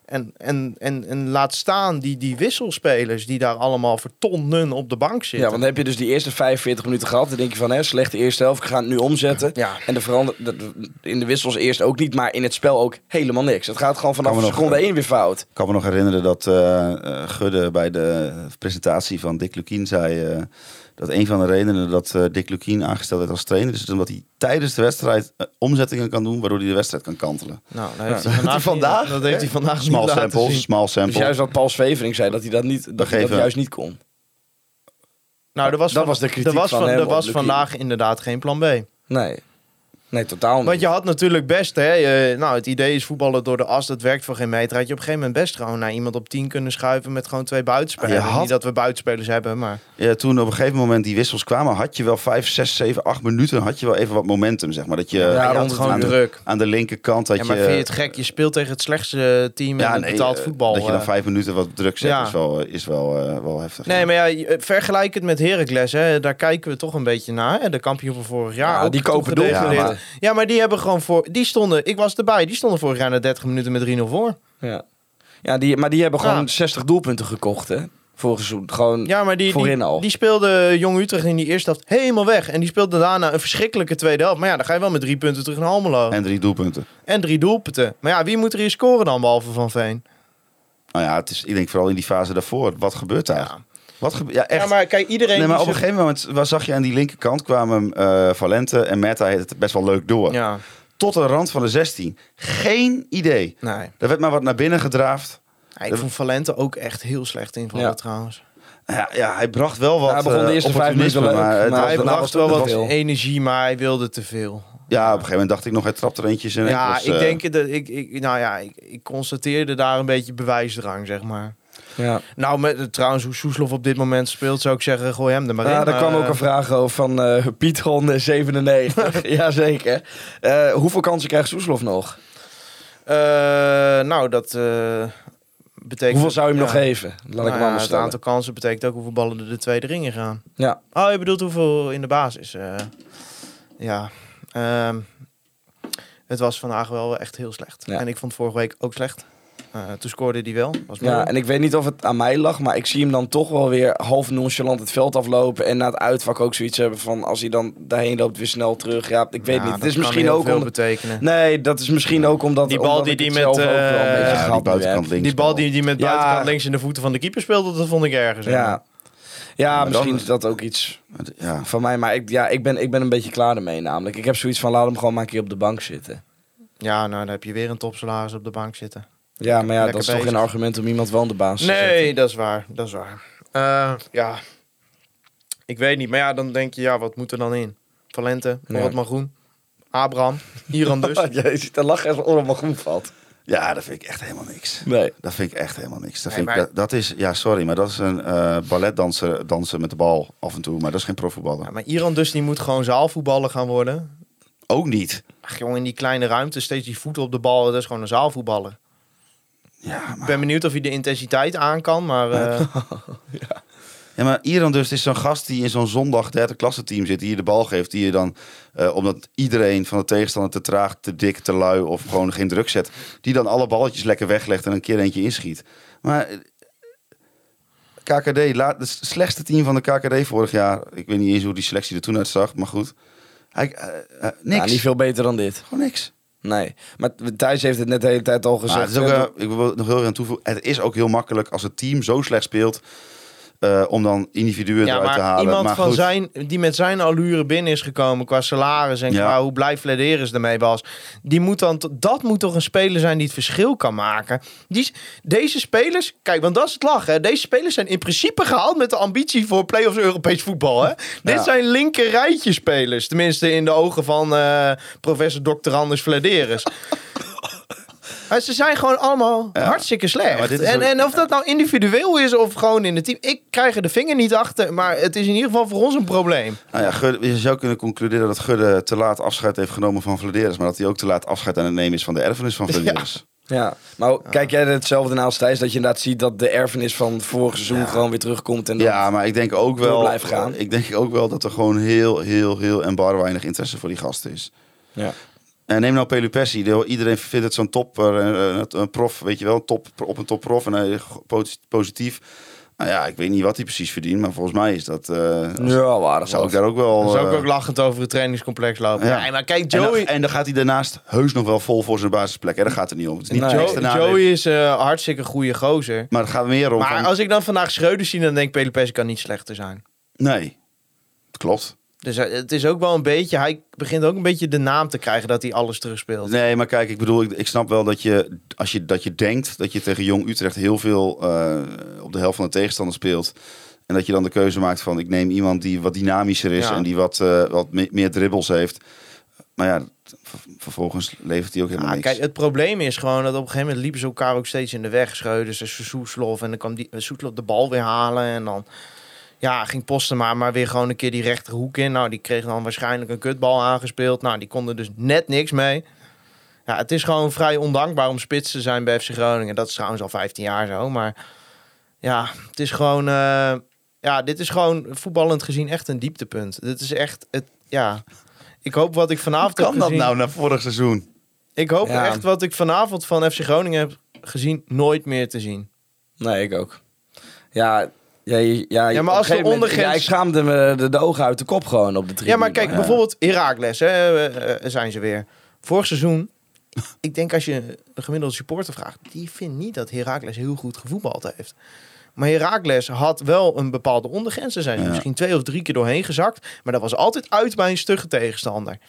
En laat staan die wisselspelers die daar allemaal voor tonnen op de bank zitten. Ja, want dan heb je dus die eerste 45 minuten gehad. Dan denk je van, slechte eerste helft, we gaan het nu omzetten. Ja. En in de wissels eerst ook niet, maar in het spel ook helemaal niks. Het gaat gewoon vanaf seconde 1 weer fout. Ik kan me nog herinneren dat Gudde bij de presentatie van Dick Lukien zei... dat een van de redenen dat Dick Lukien aangesteld werd als trainer... is omdat hij tijdens de wedstrijd omzettingen kan doen... waardoor hij de wedstrijd kan kantelen. Nou, dat heeft hij vandaag, dat heeft hij vandaag small niet laten samples, zien. small sample. Dus juist wat Paul Svevering zei, dat hij dat niet, dat juist niet kon. Nou, dat was de kritiek van hem. Er was vandaag inderdaad geen plan B. Nee, totaal niet. Want je had natuurlijk best, het idee is voetballen door de as, dat werkt voor geen meter. Had je op een gegeven moment best gewoon naar iemand op 10 kunnen schuiven met gewoon 2 buitenspelers. Niet dat we buitenspelers hebben, maar... Ja, toen op een gegeven moment die wissels kwamen, had je wel 5, 6, 7, 8 minuten, had je wel even wat momentum, zeg maar. Dat je gewoon druk. Aan de linkerkant had je... maar vind je het gek? Je speelt tegen het slechtste team in betaald voetbal. Dat je dan 5 minuten wat druk zet, is wel heftig. Nee, maar vergelijk het met Heracles, hè. Daar kijken we toch een beetje naar. Hè. De kampioen van vorig jaar. Ja, die kopen door. Ja, maar die hebben gewoon ik was erbij, die stonden vorig jaar na 30 minuten met 3-0 voor. Maar die hebben gewoon 60 doelpunten gekocht, hè? Vorig seizoen. Gewoon voorin al. Die speelde Jong Utrecht in die eerste helft helemaal weg. En die speelde daarna een verschrikkelijke tweede helft. Maar ja, dan ga je wel met 3 punten terug naar Almelo. En 3 doelpunten. Maar ja, wie moet er hier scoren dan, behalve Van Veen? Nou ja, ik denk vooral in die fase daarvoor. Wat gebeurt daar? Ja. Echt. Ja, maar kijk, iedereen... Nee, maar op een gegeven moment zag je aan die linkerkant kwamen Valente en Meta het best wel leuk door. Ja. Tot de rand van de 16. Geen idee. Nee. Er werd maar wat naar binnen gedraafd. Ja, ik vond Valente ook echt heel slecht invallen trouwens. Ja, hij bracht wel wat. Hij begon de eerste 5 minuten leuk. Maar hij bracht wel wat energie, maar hij wilde te veel. Ja, op een gegeven moment dacht ik nog, hij trapt er eentjes in. Ja, ik denk dat ik constateerde daar een beetje bewijsdrang, zeg maar. Ja. Nou, trouwens, hoe Soeslof op dit moment speelt, zou ik zeggen, gooi hem er maar in. Ja, daar kwam ook een vraag over van Pietron 97. Jazeker. Hoeveel kansen krijgt Soeslof nog? Dat betekent... Hoeveel zou je hem nog geven? Laat ik hem anders het stellen. aantal kansen betekent ook hoeveel ballen er de tweede ring in gaan. Ja. Oh, je bedoelt hoeveel in de basis? Het was vandaag wel echt heel slecht. Ja. En ik vond vorige week ook slecht. Toen scoorde hij wel. Was ja, en ik weet niet of het aan mij lag, maar ik zie hem dan toch wel weer half nonchalant het veld aflopen. En na het uitvak ook zoiets hebben van als hij dan daarheen loopt weer snel terug. Ja, ik weet niet. Het is misschien ook veel betekenen. Nee, dat is misschien ook omdat die bal die met die buitenkant links. Die bal die met buitenkant links in de voeten van de keeper speelde, dat vond ik ergens. Ja, misschien is dat ook iets van mij. Maar ik ben een beetje klaar ermee namelijk. Ik heb zoiets van laat hem gewoon maar een keer op de bank zitten. Ja, nou dan heb je weer een topsalaris op de bank zitten. Ja, maar dat is toch geen argument om iemand wel aan de baas te zetten? Nee, dat is waar. Ik weet niet. Maar ja, dan denk je, wat moet er dan in? Valente, Orad Groen, Abraham, Iran dus. Je ziet er lachen als Orad Groen valt. Ja, dat vind ik echt helemaal niks. Nee. Dat vind ik echt helemaal niks. Dat is, sorry, maar dat is een balletdanser dansen met de bal af en toe. Maar dat is geen profvoetballer. Ja, maar Iran dus, die moet gewoon zaalvoetballer gaan worden. Ook niet. Ach jongen, in die kleine ruimte, steeds die voeten op de bal, dat is gewoon een zaalvoetballer. Ja, maar... Ik ben benieuwd of hij de intensiteit aan kan, maar... Ja, maar Iran dus is zo'n gast die in zo'n zondag derde klasse team zit, die je de bal geeft, die je dan, omdat iedereen van de tegenstander te traag, te dik, te lui of gewoon geen druk zet, die dan alle balletjes lekker weglegt en een keer eentje inschiet. Maar KKD, het slechtste team van de KKD vorig jaar, ik weet niet eens hoe die selectie er toen uitzag, maar goed. Niks. Ja, niet veel beter dan dit. Gewoon niks. Nee, maar Thijs heeft het net de hele tijd al gezegd. Het is ook, ik wil nog heel erg aan toevoegen. Het is ook heel makkelijk als het team zo slecht speelt. om dan individuen eruit te halen. Iemand maar van goed, die met zijn allure binnen is gekomen qua salaris en qua hoe blij Vladeris ermee was. Dat moet toch een speler zijn die het verschil kan maken. Deze spelers, kijk, want dat is het lachen. Hè? Deze spelers zijn in principe gehaald met de ambitie voor play-offs Europees voetbal. Hè? Dit zijn linker rijtje spelers. Tenminste in de ogen van professor Dr. Anders Vladeris. Maar ze zijn gewoon allemaal hartstikke slecht. En of dat nou individueel is of gewoon in het team. Ik krijg er de vinger niet achter. Maar het is in ieder geval voor ons een probleem. Nou ja, je zou kunnen concluderen dat Gudde te laat afscheid heeft genomen van Vladeris. Maar dat hij ook te laat afscheid aan het nemen is van de erfenis van Vladeris. Ja, maar kijk jij hetzelfde naar als Thijs? Dat je inderdaad ziet dat de erfenis van vorig seizoen gewoon weer terugkomt. En Maar ik denk ook wel blijven gaan. Ik denk ook wel dat er gewoon heel en bar weinig interesse voor die gasten is. Ja. En neem nou Pelupessi. Iedereen vindt het zo'n topper, een prof, weet je wel, op een topprof en positief. Nou ja, ik weet niet wat hij precies verdient, maar volgens mij is dat... waardig. Zou ik daar ook wel... Dan zou ik ook lachend over het trainingscomplex lopen. Ja. Nee, maar kijk, Joey... En dan gaat hij daarnaast heus nog wel vol voor zijn basisplek. Hè? Daar gaat het niet om. Het is niet Joey is hartstikke goede gozer. Maar het gaat meer om... Maar als ik dan vandaag Schreuder zie, dan denk ik Pelupessi kan niet slechter zijn. Nee, klopt. Dus het is ook wel een beetje... Hij begint ook een beetje de naam te krijgen dat hij alles terugspeelt. Nee, maar kijk, ik bedoel, ik snap wel dat je... dat je denkt dat je tegen Jong Utrecht heel veel op de helft van de tegenstander speelt. En dat je dan de keuze maakt van... ik neem iemand die wat dynamischer is en die wat meer dribbles heeft. Maar ja, vervolgens levert hij ook helemaal niks. Kijk, het probleem is gewoon dat op een gegeven moment liepen ze elkaar ook steeds in de weg. Schreuders en Soeslof. En dan kwam Soeslof de bal weer halen en dan... Ja, ging Postema maar weer gewoon een keer die rechterhoek in. Nou, die kreeg dan waarschijnlijk een kutbal aangespeeld. Nou, die kon er dus net niks mee. Ja, het is gewoon vrij ondankbaar om spits te zijn bij FC Groningen. Dat is trouwens al 15 jaar zo. Maar ja, het is gewoon... dit is gewoon voetballend gezien echt een dieptepunt. Dit is echt... Ik hoop wat ik vanavond heb gezien... Kan dat nou na vorig seizoen? Ik hoop echt wat ik vanavond van FC Groningen heb gezien nooit meer te zien. Nee, ik ook. Ja, maar als de ondergrens... ik schaamde me de ogen uit de kop gewoon op de tribune. Ja, maar kijk, bijvoorbeeld Heracles, zijn ze weer. Vorig seizoen, ik denk als je een gemiddelde supporter vraagt... die vindt niet dat Heracles heel goed gevoetbald heeft. Maar Heracles had wel een bepaalde ondergrens. Daar zijn ze misschien 2 of 3 keer doorheen gezakt. Maar dat was altijd uit bij een stugge tegenstander.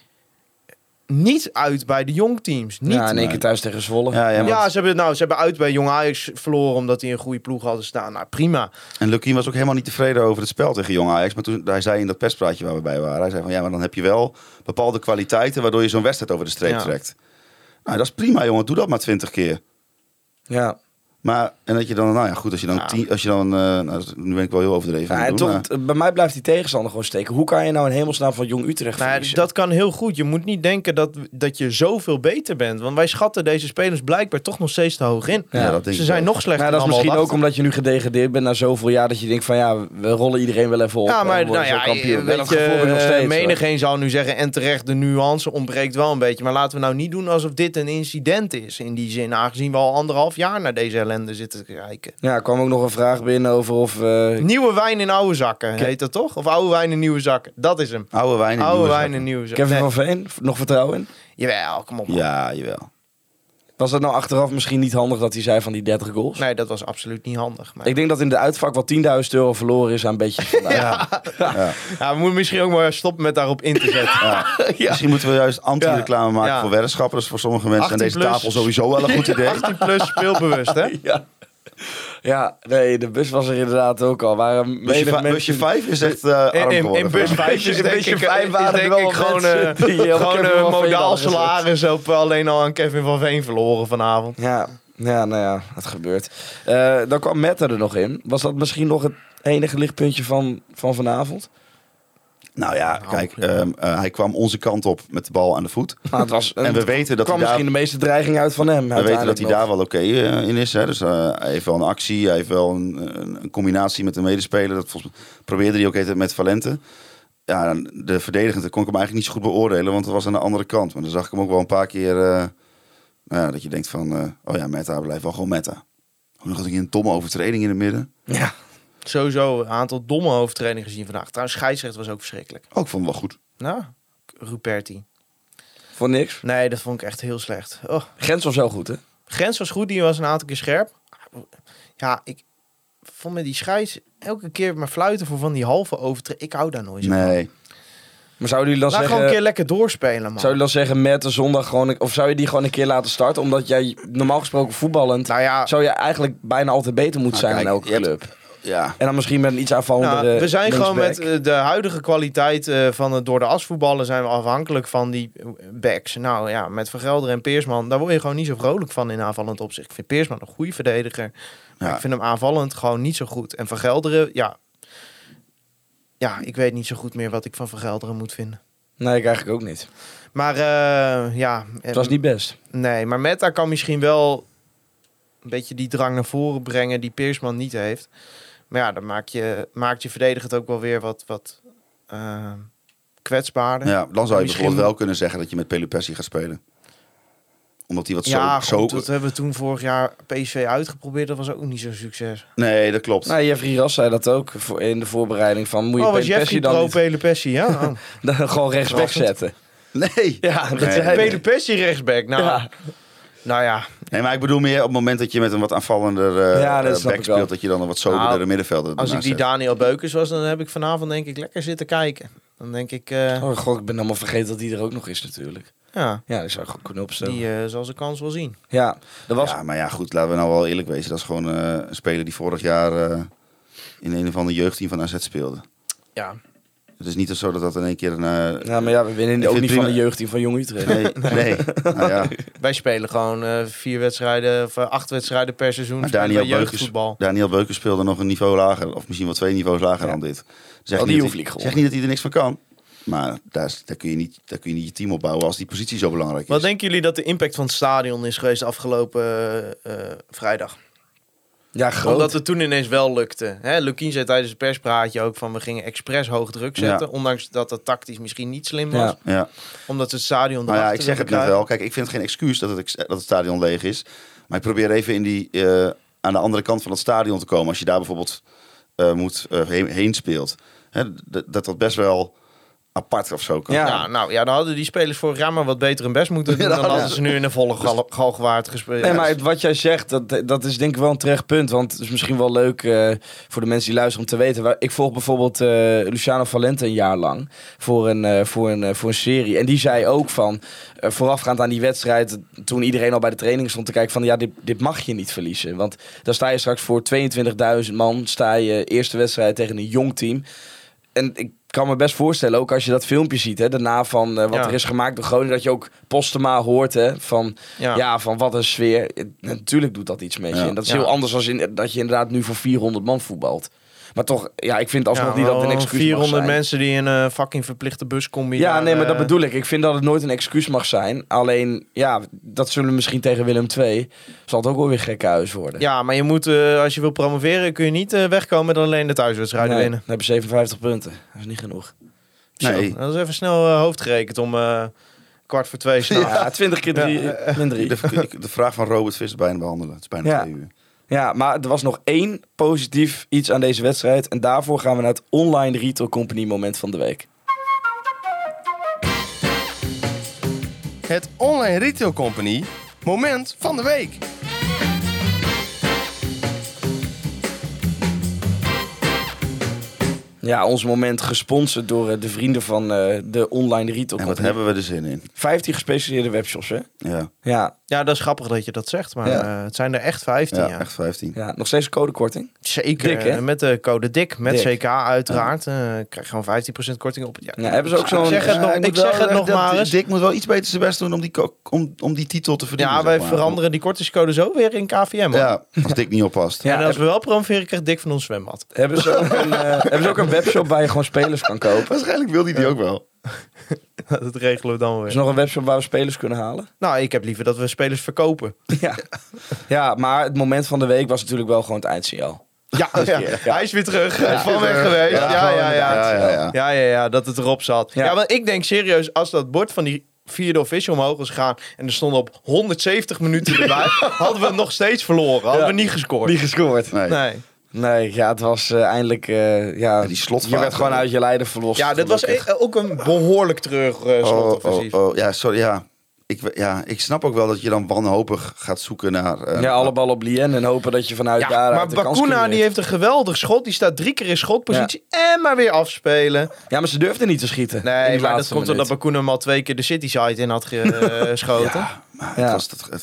Niet uit bij de jongteams. Niet. Ja, in één keer thuis tegen Zwolle. Ze hebben uit bij Jong Ajax verloren omdat die een goede ploeg hadden staan. Nou, prima. En Lukien was ook helemaal niet tevreden over het spel tegen Jong Ajax. Maar toen hij zei in dat perspraatje waar we bij waren, hij zei van maar dan heb je wel bepaalde kwaliteiten waardoor je zo'n wedstrijd over de streep trekt. Nou, dat is prima, jongen. Doe dat maar 20 keer. Ja. Maar, en dat je dan, goed, als je dan nu ben ik wel heel overdreven. Bij mij blijft die tegenstander gewoon steken. Hoe kan je nou in hemelsnaam van Jong Utrecht verliezen? Dat kan heel goed. Je moet niet denken dat je zoveel beter bent. Want wij schatten deze spelers blijkbaar toch nog steeds te hoog in. Ja, dat denk ze zijn nog slechter. Dat is misschien ook omdat je nu gedegradeerd bent na zoveel jaar. Dat je denkt van we rollen iedereen wel even op. Ja, maar kampioen. Menigeen zou nu zeggen, en terecht, de nuance ontbreekt wel een beetje. Maar laten we nou niet doen alsof dit een incident is. In die zin, aangezien we al 1,5 jaar naar deze ellende zitten te kijken. Ja, er kwam ook nog een vraag binnen over of... Nieuwe wijn in oude zakken, heet dat toch? Of oude wijn in nieuwe zakken. Dat is hem. Oude wijn in nieuwe zakken. Kevin van Veen, nog vertrouwen in? Jawel, kom op. Man. Ja, jawel. Was dat nou achteraf misschien niet handig dat hij zei van die 30 goals? Nee, dat was absoluut niet handig. Maar... Ik denk dat in de uitvak wel €10.000 verloren is aan een beetje vandaan. We moeten misschien ook maar stoppen met daarop in te zetten. Misschien moeten we juist anti-reclame maken voor weddenschappers. Voor sommige mensen en deze tafel sowieso wel een goed idee. 18 plus speelbewust, hè? Ja, nee, de bus was er inderdaad ook al. Busje 5 is echt arm geworden. In bus 5 is denk ik gewoon een modaal salaris op alleen al aan Kevin van Veen verloren vanavond. Ja, nou ja, het gebeurt. Dan kwam Mette er nog in. Was dat misschien nog het enige lichtpuntje van vanavond? Nou ja, kijk, hij kwam onze kant op met de bal aan de voet. En we weten dat kwam misschien de meeste dreiging uit van hem. We weten dat hij daar wel oké in is. Hè. Dus hij heeft wel een actie, hij heeft wel een combinatie met een medespeler. Dat probeerde hij ook met Valente. Ja, de verdedigende kon ik hem eigenlijk niet zo goed beoordelen, want het was aan de andere kant. Maar dan zag ik hem ook wel een paar keer dat je denkt van, Metta blijft wel gewoon Metta. Nog had ik een domme overtreding in het midden. Ja. Sowieso een aantal domme overtredingen gezien vandaag. Trouwens, scheidsrechter was ook verschrikkelijk. Ik vond het wel goed. Nou, Ruperti. Voor niks? Nee, dat vond ik echt heel slecht. Oh. Grens was wel goed, hè? Grens was goed, die was een aantal keer scherp. Ja, ik vond met die scheids... elke keer maar fluiten voor van die halve overtreding. Ik hou daar nooit zo van. Nee. Maar zouden jullie dan Laat zeggen... gewoon een keer lekker doorspelen, man. Zou je dan zeggen met de zondag gewoon... Of zou je die gewoon een keer laten starten? Omdat jij normaal gesproken voetballend... Nou ja, zou je eigenlijk bijna altijd beter moeten zijn kijk, in elke je hebt- club. Ja. En dan misschien met een iets aanvallendere we zijn gewoon linksback. met de huidige kwaliteit van het door de as voetballen zijn we afhankelijk van die backs. Nou ja, met Van Gelder en Peersman, daar word je gewoon niet zo vrolijk van in aanvallend opzicht. Ik vind Peersman een goede verdediger, maar Ja. ik vind hem aanvallend gewoon niet zo goed. En Van Gelderen, ja, ik weet niet zo goed meer wat ik van Van Gelderen moet vinden. Nee, ik eigenlijk ook niet. Maar Het was niet best. Nee, maar Meta kan misschien wel een beetje die drang naar voren brengen die Peersman niet heeft. Maar ja, dan maakt je verdediger het ook wel weer wat kwetsbaarder. Ja, dan zou je Misschien- bijvoorbeeld wel kunnen zeggen dat je met Pelupessi gaat spelen. Omdat hij wat Ja, zo... goed, dat hebben we toen vorig jaar PSV uitgeprobeerd. Dat was ook niet zo'n succes. Nee, dat klopt. Nou, Jeffrey Ras zei dat ook in de voorbereiding van... Moet je Was Pelupessi Jeffrey dan pro niet Pelupessi, ja? Oh. dan gewoon rechtsback zetten? Nee. Ja, dat Nee. zei hij. Pelupessi rechtsback. Nou, Ja. nou ja. Nee, maar ik bedoel meer op het moment dat je met een wat aanvallender Ja, dat snap back ik wel. speelt, dat je dan een wat soberdere Nou, middenvelder Als ik ernaast die zet. Daniel Beukers was, dan heb ik vanavond denk ik lekker zitten kijken. Dan denk ik, Oh god, ik ben helemaal vergeten dat die er ook nog is natuurlijk. ja, Ja, die zou ik gewoon kunnen opstellen. die zal zijn kans wel zien. Ja, dat was... Ja, maar ja, goed, laten we nou wel eerlijk wezen. Dat is gewoon een speler die vorig jaar in een of ander jeugdteam van AZ speelde. Ja, Het is niet zo dat dat in één keer een... Ja, maar ja, we winnen Ik ook vind niet van prima- de jeugdteam van Jong Utrecht. Nee. Nou ja, wij spelen gewoon 4 wedstrijden of 8 wedstrijden per seizoen. maar spelen wij Daniel Beukers, jeugdvoetbal. Daniel Beukers speelde nog een niveau lager. Of misschien wel 2 niveaus lager dan dit. Zeg Al die niet, hoeflijk zeg gewonnen. niet dat hij er niks van kan. Maar daar kun je niet je team opbouwen als die positie zo belangrijk is. Wat denken jullie dat de impact van het stadion is geweest afgelopen vrijdag? Ja, groot. Omdat het toen ineens wel lukte. Hè, Lukien zei tijdens het perspraatje ook van we gingen expres hoog druk zetten. Ja. Ondanks dat dat tactisch misschien niet slim was. Ja. Ja. Omdat ze het stadion Nou ja, erachter ik zeg het wilden net krijgen. wel. Kijk, ik vind het geen excuus dat het stadion leeg is. Maar ik probeer even in die, aan de andere kant van het stadion te komen. Als je daar bijvoorbeeld heen speelt. Hè, dat best wel apart of zo kan. Ja. Ja, nou ja, dan hadden die spelers vorig jaar maar wat beter hun best moeten doen. Ja, Dan ja. hadden ze nu in een volle galgenwaard gespeeld. Nee, maar wat jij zegt, dat is denk ik wel een terecht punt. Want het is misschien wel leuk voor de mensen die luisteren om te weten. Ik volg bijvoorbeeld Luciano Valente een jaar lang voor een serie. En die zei ook van, voorafgaand aan die wedstrijd, toen iedereen al bij de training stond te kijken van, ja, dit mag je niet verliezen. Want dan sta je straks voor 22.000 man, sta je eerste wedstrijd tegen een jong team. En ik kan me best voorstellen, ook als je dat filmpje ziet, hè, daarna van wat Ja. er is gemaakt door Groningen, dat je ook Postema hoort, hè, van van wat een sfeer. Natuurlijk doet dat iets met je. Ja. En dat is Ja. heel anders dan dat je inderdaad nu voor 400 man voetbalt. Maar toch, ja, ik vind alsnog niet dat het een excuus 400 mag zijn. mensen die in een fucking verplichte buscombi. Ja, daar, nee, maar dat bedoel ik. Ik vind dat het nooit een excuus mag zijn. Alleen, ja, dat zullen misschien tegen Willem II, zal het ook wel weer gekke huis worden. Ja, maar je moet, als je wil promoveren, kun je niet wegkomen met alleen de thuiswedstrijden Nee, winnen. dan heb je 57 punten. Dat is niet genoeg. Nee. Zo, dat is even snel hoofd gerekend om 1:45 s'nachts. Ja, 20 keer 3, min 3. De vraag van Robert Vis bijna behandelen. Het is bijna Ja. 2 uur. Ja, maar er was nog 1 positief iets aan deze wedstrijd. En daarvoor gaan we naar het online Retail Company moment van de week. Het Online Retail Company moment van de week. Ja, ons moment gesponsord door de vrienden van de online Retail En wat Company. hebben we er zin in? 15 gespecialiseerde webshops, hè? Ja, Ja, Ja, dat is grappig dat je dat zegt, maar Ja. het zijn er echt 15. ja, Ja. echt 15. ja, nog steeds een codekorting. Zeker, Dik, hè? met de code DIK, met Dik. CK uiteraard. Krijg je gewoon 15% korting op. Ja, Ja, hebben ze ook zo'n... Ik zeg het nog, ik ik zeg het nog maar eens. Dick moet wel iets beter zijn best doen om die titel te verdienen. Ja, wij zeg maar. veranderen die kortingscode zo weer in KVM. hoor. Ja, als Dick niet oppast. Ja, En als we wel promoveren, krijgt Dick van ons zwembad. Hebben ze ook een webshop waar je gewoon spelers kan kopen? Waarschijnlijk wil hij die ook wel. Dat regelen we dan wel Er is weer. nog een webshop waar we spelers kunnen halen. Nou, ik heb liever dat we spelers verkopen. Ja. Ja, maar het moment van de week was natuurlijk wel gewoon het eindsignaal. Ja, hij is weer terug. Hij is van weg geweest. Ja, dat het erop zat. Ja. Ja, want ik denk serieus, als dat bord van die vierde official omhoog was gegaan en er stond op 170 minuten erbij, hadden we het nog steeds verloren. Hadden we niet gescoord. Niet gescoord. Nee. Nee. Nee, ja, het was eindelijk... die slotfase. Je werd gewoon uit je lijden verlost. Ja, dat was gelukkig. ook een behoorlijk terug slotoffensief. Ja, sorry, ja. ik snap ook wel dat je dan wanhopig gaat zoeken naar... alle ballen op Lien en hopen dat je vanuit daar. Maar Bacuna die heeft een geweldig schot. Die staat 3 keer in schotpositie en maar weer afspelen. Ja, maar ze durfden niet te schieten. in Nee, die maar dat laatste komt omdat minuut. Bacuna hem al 2 keer de City side in had geschoten. Ja, maar Ja.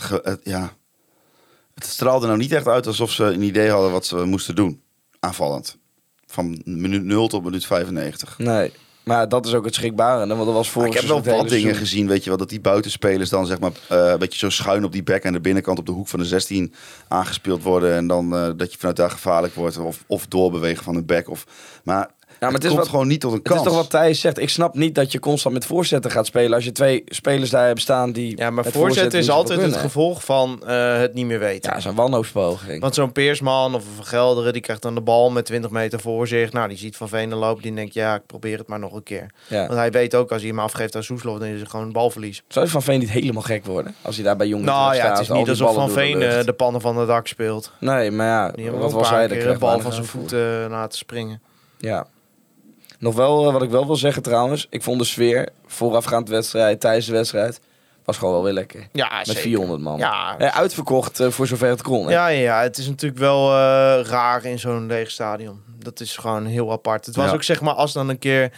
het straalde nou niet echt uit alsof ze een idee hadden wat ze moesten doen. Aanvallend. Van minuut 0 tot minuut 95. Nee, maar dat is ook het schrikbare. Want dat was Maar vorig ik heb wel seizoen het wat hele dingen seizoen. gezien, weet je wel, dat die buitenspelers dan zeg maar een beetje zo schuin op die back en de binnenkant op de hoek van de 16 aangespeeld worden en dan dat je vanuit daar gevaarlijk wordt of doorbewegen van de back. Maar maar het het is komt wat- gewoon niet tot een Het kans. is toch wat Thijs zegt. Ik snap niet dat je constant met voorzetten gaat spelen. Als je 2 spelers daar hebt staan die... Ja, maar met voorzetten is niet altijd zoveel het kunnen. gevolg van het niet meer weten. Ja, zo'n wanhoopspoging. Want zo'n Peersman of een Van Gelderen, die krijgt dan de bal met 20 meter voor zich. Nou, die ziet Van Venen lopen, die denkt, ja, ik probeer het maar nog een keer. Ja. Want hij weet ook, als hij hem afgeeft aan Soeslof, dan is het gewoon een balverlies. Zou je Van Veen niet helemaal gek worden? Als hij daar bij Jong Nou ja, staat, het is al niet die alsof ballen Van door de Veen lucht. de pannen van het dak speelt. Nee, maar ja, Die hebben wat ook was een paar hij? keer De de bal van zijn voeten laten springen. Ja. Nog wel, wat ik wel wil zeggen trouwens. Ik vond de sfeer voorafgaand de wedstrijd, tijdens de wedstrijd, was gewoon wel weer lekker. Ja, Met zeker. 400 man. Ja, Uitverkocht voor zover het kon. Hè? ja, het is natuurlijk wel raar in zo'n leeg stadion. Dat is gewoon heel apart. Het was Ja. ook, zeg maar, als dan een keer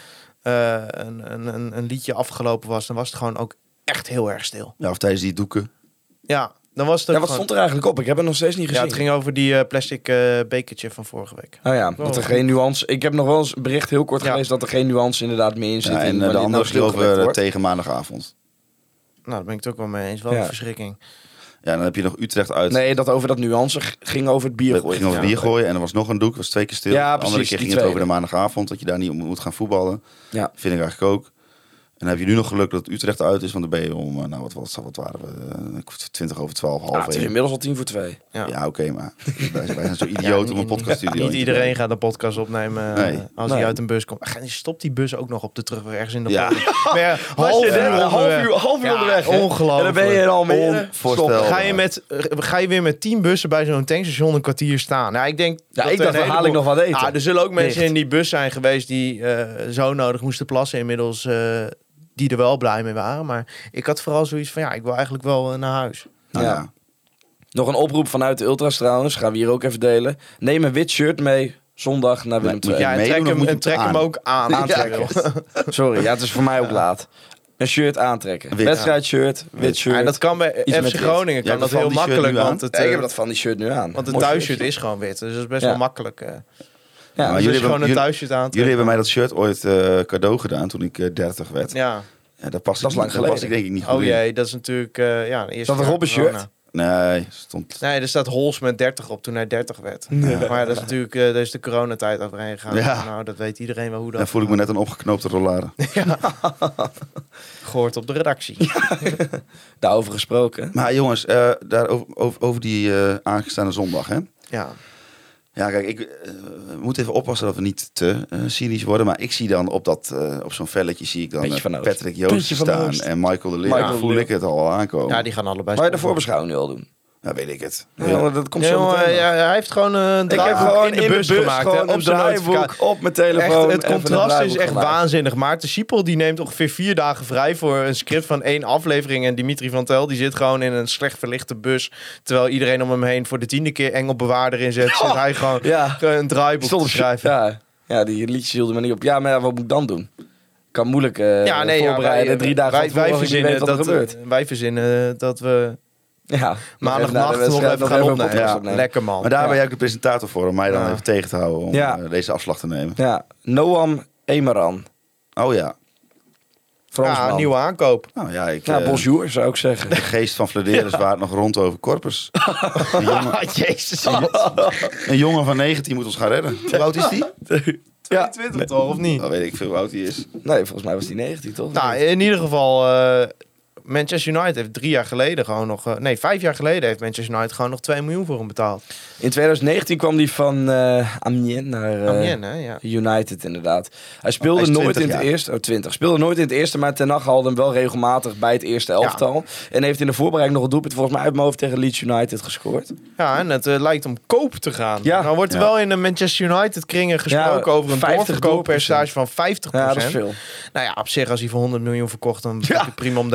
een liedje afgelopen was, dan was het gewoon ook echt heel erg stil. Ja, of tijdens die doeken. Ja, dan was het ook Ja, wat gewoon... stond er eigenlijk op? Ik heb het nog steeds niet Ja, gezien. het ging over die plastic bekertje van vorige week. Oh ja, dat er geen nuance... Ik heb nog wel eens een bericht heel kort Ja. gelezen dat er geen nuance inderdaad meer in zit. Ja, en in de wanneer het andere nou ging stilgelegd over wordt. tegen maandagavond. Nou, daar ben ik het ook wel mee eens. Wel Ja. een verschrikking. Ja, dan heb je nog Utrecht uit. Nee, dat over dat nuance ging over het bier Het gooien. ging over bier gooien en er was nog een doek, was 2 keer stil. Ja, de andere precies, keer die ging het over de tweede. maandagavond, dat je daar niet om moet gaan voetballen. Ja. Vind ik eigenlijk ook. En dan heb je nu nog geluk dat Utrecht uit is, want dan ben je om, wat waren we, 20 over 12, Ja, half het is 1. inmiddels al 1:50. Ja. Ja, oké, maar wij zijn zo idioot om een podcaststudio Niet in te iedereen brengen. gaat een podcast opnemen Nee. als Nee. hij uit een bus komt. Stopt die bus ook nog op de terugweg ergens in de Ja. polder. Maar ja, half uur onderweg. hè? Ongelooflijk. En dan ben je in Almere. Onvoorstelbaar. Ga je weer met 10 bussen bij zo'n tankstation een kwartier staan? Nou, ik denk Ja, dat ik er dacht, een dan haal ik nog wat eten. Ja, er zullen ook mensen Dicht. in die bus zijn geweest die zo nodig moesten plassen. Inmiddels die er wel blij mee waren. Maar ik had vooral zoiets van, ja, ik wil eigenlijk wel naar huis. Nou, Ja. ja. Nog een oproep vanuit de Ultras trouwens. Gaan we hier ook even delen. Neem een wit shirt mee. Zondag naar Willem moet II. je- Ja, en meedoen trek of hem, moet je en trek het hem aan? ook aan. Aantrekken. Sorry, ja, het is voor mij ook laat. Een shirt aantrekken. Wit. Wedstrijdshirt, wit shirt. Ja, dat kan bij Iets FC met wit. Groningen Jij kan hebt dat van heel die shirt makkelijk. nu aan? Want het, Ja, ik heb dat van die shirt nu aan. want het Mooi thuisshirt shirtje. is gewoon wit. Dus dat is best Ja. wel makkelijk. Ja, Maar Dus jullie als je hebben- gewoon een jullie- thuisshirt aan. Jullie hebben mij dat shirt ooit cadeau gedaan toen ik 30 werd. Ja. Ja, dat past Dat is lang Daar pas geleden. ik denk ik niet goed Oh in. jee, dat is natuurlijk de eerste Is dat een jaar Robben-shirt? corona. Nee, stond... Nee, er staat Hols met 30 op toen hij 30 werd. Maar dat is natuurlijk daar is de coronatijd overheen gegaan. Ja. Nou, dat weet iedereen wel hoe dat Dan voel ik me net een opgeknoopte rollade. gehoord op de redactie. Daarover gesproken. Maar jongens, over die aangestaande zondag, hè? Ja. Ja, kijk, we moeten even oppassen dat we niet te cynisch worden. Maar ik zie dan op zo'n velletje zie ik dan Beetje van Oost. Patrick Joost Beetje van staan Oost. en Michael de Leeuw. Michael Ja, de voel Leeuw. ik het al aankomen. Ja, die gaan allebei Wou je de spelen. voorbeschouwing nu al doen? Ja, weet ik het. Ja, dat komt Ja, zo jongen, meteen. ja, hij heeft gewoon een Ik heb draaiboek gewoon in de bus gemaakt. hè, gewoon op een zijn draaiboek notificatie. op mijn telefoon. Echt, het even een contrast is draaiboek echt gemaakt. waanzinnig. Maarten Schiepel die neemt ongeveer 4 dagen vrij voor een script van 1 aflevering. En Dimitri van Tel die zit gewoon in een slecht verlichte bus. Terwijl iedereen om hem heen voor de 10e keer Engelbewaarder inzet. Zit hij gewoon Ja. een draaiboek Stond te op schrijven. Ja, die liedjes hielden me niet op. Ja, maar ja, wat moet ik dan doen? Ik kan moeilijk voorbereiden. 3 dagen van tevoren als ik niet weet wat er gebeurt. Wij verzinnen dat we Ja, maandagnacht nog even gaan opnemen. Ja. Lekker man. Maar daar Ja. ben jij ook de presentator voor, om mij dan Ja. even tegen te houden om Ja. deze afslag te nemen. Ja, Noam Emeran. Oh ja. Fransman. Ja, nieuwe aankoop. Nou ja, ik, Ja, bonjour zou ik zeggen. de geest van Flederis waart nog rond over Corpus. Een jongen, Jezus. een jongen van 19 moet ons gaan redden. Hoe oud is die? Ja. 22 toch, of niet? Dan weet ik veel hoe oud die is. Nee, volgens mij was die 19, toch? Nou, in ieder geval, Manchester United heeft 3 jaar geleden gewoon nog... 5 jaar geleden heeft Manchester United gewoon nog 2 miljoen voor hem betaald. In 2019 kwam die van Amiens naar Amiens, hè? Ja. United inderdaad. Hij speelde Hij is nooit 20 in het jaar. eerste. 20. Speelde nooit in het eerste, maar Ten Hag haalde hem wel regelmatig bij het eerste elftal. En heeft in de voorbereiding nog een doelpunt volgens mij uit mijn hoofd tegen Leeds United gescoord. Ja, en het lijkt om koop te gaan. Ja. Nou wordt er Ja. wel in de Manchester United kringen gesproken Ja, over een 50 doorverkooppercentage van 50%. Ja, dat is veel. Nou ja, op zich als hij voor 100 miljoen verkocht, dan vind ik het prima om de helft Stel je met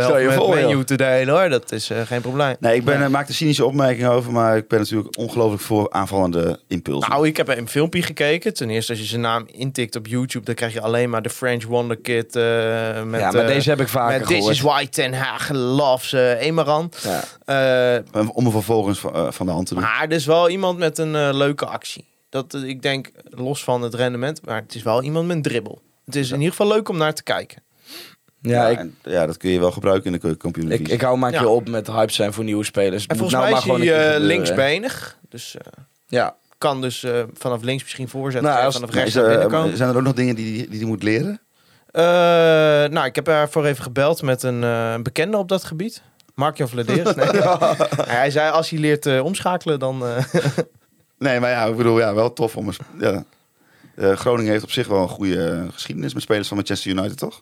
joh. Man U te delen hoor. Dat is geen probleem. Nee, ik maak er cynische opmerkingen over, maar ik ben natuurlijk ongelooflijk voor aanvallende impulsen. Nou, ik heb een filmpje gekeken. Ten eerste, als je zijn naam intikt op YouTube, dan krijg je alleen maar de French Wonder Kid. Met, Ja, maar deze heb ik vaker met This gehoord. is why Ten Hag loves Emeran. Ja. Om hem vervolgens van de hand te doen. Maar er is wel iemand met een leuke actie. Ik denk, los van het rendement, maar het is wel iemand met een dribbel. Het is in ieder geval leuk om naar te kijken. Ja, Dat kun je wel gebruiken in de keukenkampioen-divisie. ik hou maar een keer Ja. op met hype zijn voor nieuwe spelers. En Moet volgens mij maar is gewoon een keer hij gebeuren. linksbenig. Dus Ja. kan dus vanaf links misschien voorzetten. Nou, en als- vanaf Maar rechts naar binnen komen. zijn er ook nog dingen die hij moet leren? Nou, ik heb daarvoor even gebeld met een bekende op dat gebied. Mark-Jan Vladeres. Nee. Hij zei, als hij leert omschakelen, dan... Nee, maar ja, ik bedoel, ja, wel tof om... Groningen heeft op zich wel een goede geschiedenis met spelers van Manchester United, toch?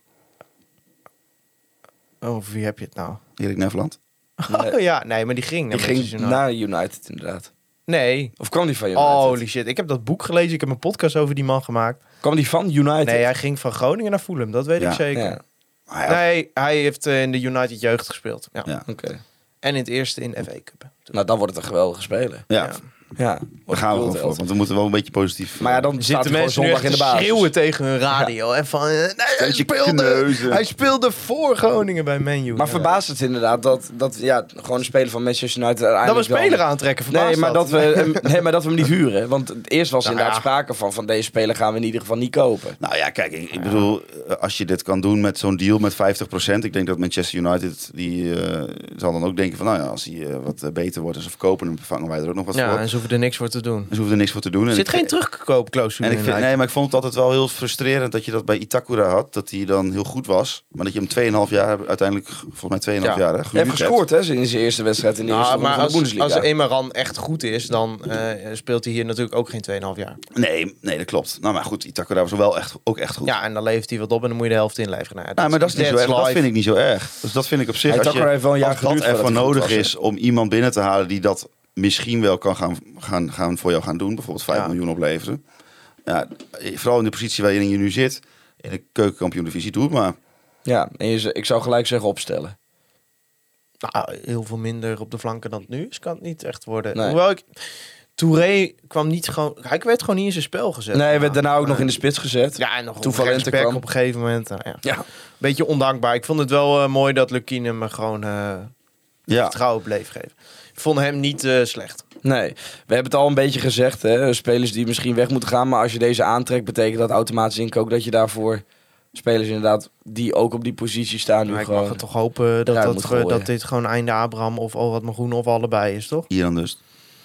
Over wie heb je het nou? Erik Nevland. Oh ja, nee, maar die ging naar Die ging Manchester United. naar United inderdaad. Nee. Of kwam die van United? Holy shit, ik heb dat boek gelezen. Ik heb een podcast over die man gemaakt. Kwam die van United? Nee, hij ging van Groningen naar Fulham. Dat weet Ja. ik zeker. Ja, Maar ja, Nee, hij heeft in de United jeugd gespeeld. Ja. Ja. oké. En in het eerste in FA Cup. Nou, dan wordt het een geweldige speler. ja, Ja. Ja. daar gaan we gewoon voor. Want we moeten wel een beetje positief... Maar ja, dan staat Zitten hij gewoon mensen nu zondag echt in de te basis. schreeuwen tegen hun radio. En van, nee, Steentje kneuzen. hij speelde voor Groningen bij Man U. Maar Ja. verbaast het inderdaad dat gewoon een speler van Manchester United Dat we een uiteindelijk speler wel... aantrekken, verbaast Nee, maar dat we hem niet huren. Want eerst was Nou, inderdaad ja. sprake van deze speler gaan we in ieder geval niet kopen. Nou ja, kijk, ik bedoel, als je dit kan doen met zo'n deal met 50%, ik denk dat Manchester United, die zal dan ook denken van, nou ja, als hij wat beter wordt en ze verkopen hem, vangen wij er ook nog wat Ja, voor. en ze hoeven er niks voor te doen. En ze hoeven er niks voor te doen. Er En zit ik- geen terugkoopclausule En ik in. vind, Nike. nee, maar ik vond het altijd wel heel frustrerend dat je dat bij Itakura had. Dat hij dan heel goed was. Maar dat je hem 2,5 jaar, uiteindelijk volgens mij 2,5 Ja. jaar, Hij heeft gescoord hè, in zijn eerste wedstrijd in de eerste Nou, ronde maar van de als Bundesliga. Emeran echt goed is, dan speelt hij hier natuurlijk ook geen 2,5 jaar. Nee, dat klopt. Nou, maar goed, Itakura was wel ook echt goed. Ja, en dan levert hij wat op en dan moet je de helft inleveren. Nou, Nou, maar dat is niet zo erg. Dat life. vind ik niet zo erg. Dus dat vind ik op zich. Hey, Als Itakura heeft wel een jaar als dat geduurd voordat even hij goed nodig was, is om iemand binnen te halen die dat misschien wel kan gaan voor jou gaan doen. Bijvoorbeeld 5 Ja. miljoen opleveren. Ja, vooral in de positie waarin je nu zit. In de keukenkampioen-divisie, doe het maar. Ja, en ik zou gelijk zeggen opstellen. Nou, heel veel minder op de flanken dan het nu is, kan het niet echt worden. Nee. Hoewel Touré kwam niet gewoon... Hij werd gewoon niet in zijn spel gezet. Nee, hij werd daarna ook nog in de spits gezet. Ja, en nog Toeval op in te rechtsback kwam. op een gegeven moment. Nou, ja. Ja. Beetje ondankbaar. Ik vond het wel mooi dat Lukien hem gewoon Ja. vertrouwen bleef geven. Ik vond hem niet slecht. Nee, we hebben het al een beetje gezegd. Hè? Spelers die misschien weg moeten gaan. Maar als je deze aantrekt, betekent dat automatisch ook dat je daarvoor spelers inderdaad die ook op die positie staan nu Maar ik gewoon... mag het toch hopen dat, eruit moet gooien. dat dit gewoon einde Abraham of Alwad Magroen of allebei is, toch? Hier dan dus.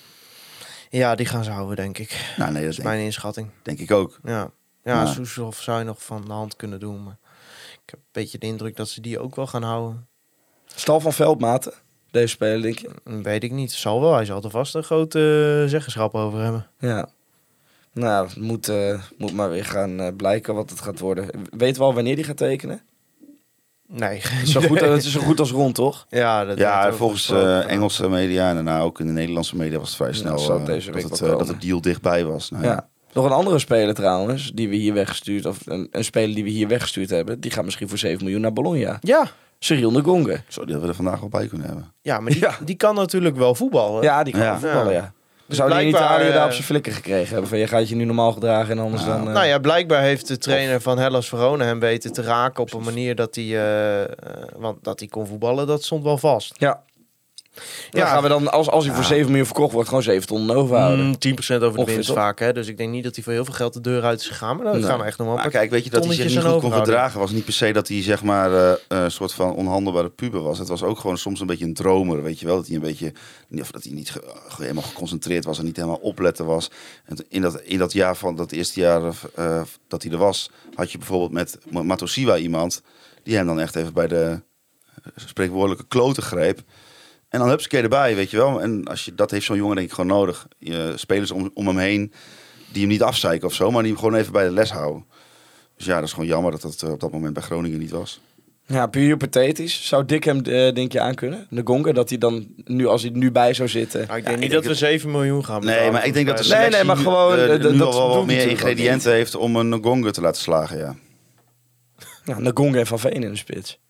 Ja, die gaan ze houden, denk ik. Nou, nee, Dat dat is mijn inschatting. denk ik ook. Ja, Maar- Soeslof zou je nog van de hand kunnen doen. Maar ik heb een beetje de indruk dat ze die ook wel gaan houden. Stal van Veldmaten, deze speler, denk je? Weet ik niet. Zal wel. Hij zal er vast een grote zeggenschap over hebben. Ja. Nou, het moet maar weer gaan blijken wat het gaat worden. Weten we al wanneer die gaat tekenen? Nee. Het is zo goed, het is zo goed als rond, toch? Ja, dat Ja, wordt volgens overgesproken. Engelse media en daarna ook in de Nederlandse media was het vrij Ja, snel zal deze week dat wel komen. het deal dichtbij was. Nou, Ja. Nog een andere speler trouwens, die we hier weggestuurd, of een speler die we hier weggestuurd hebben, die gaat misschien voor 7 miljoen naar Bologna. Ja. Cyril de Gonge. Zo, die hadden we er vandaag al bij kunnen hebben. Ja, maar Ja. die kan natuurlijk wel voetballen. Ja, die kan Ja. wel voetballen, ja. Dus Zou die in blijkbaar, Italië daar op zijn flikken gekregen hebben? Van je gaat je nu normaal gedragen en anders dan... Nou ja, blijkbaar heeft de trainer van Hellas Verona hem weten te raken op een manier dat hij, want dat hij kon voetballen, dat stond wel vast. Ja. Ja, Ja. gaan we dan, als hij voor 7 miljoen verkocht wordt, gewoon 7 ton overhouden. 10% over de Ongeveer, winst toch? vaak, hè? Dus ik denk niet dat hij voor heel veel geld de deur uit is gegaan, maar dat Nee. gaan we echt nog wel een Maar paar kijk, weet je, dat hij zich tonnetjes niet aan goed kon overhouden. gedragen was niet per se dat hij zeg maar een soort van onhandelbare puber was. Het was ook gewoon soms een beetje een dromer, weet je wel. Dat hij een beetje, of dat hij niet helemaal geconcentreerd was en niet helemaal opletten was. En in dat jaar van dat eerste jaar dat hij er was, had je bijvoorbeeld met Matosiwa iemand die hem dan echt even bij de spreekwoordelijke kloten greep. En dan hupsakee erbij, weet je wel. En als je dat heeft zo'n jongen denk ik gewoon nodig. Spelers om hem heen die hem niet afzeiken of zo, maar die hem gewoon even bij de les houden. Dus ja, dat is gewoon jammer dat dat op dat moment bij Groningen niet was. Ja, puur hypothetisch. Zou Dick hem, denk je, aankunnen? De Gonge, dat hij dan, nu, als hij nu bij zou zitten... Nou, ik denk ik niet denk dat we 7 miljoen gaan betalen. Nee, maar ik denk dat de Nee, selectie maar nu, gewoon, nu dat al doet wel wat meer natuurlijk ook ingrediënten heeft om een Gonga te laten slagen, ja. Ja, de Gonge en Van Veen in de spits.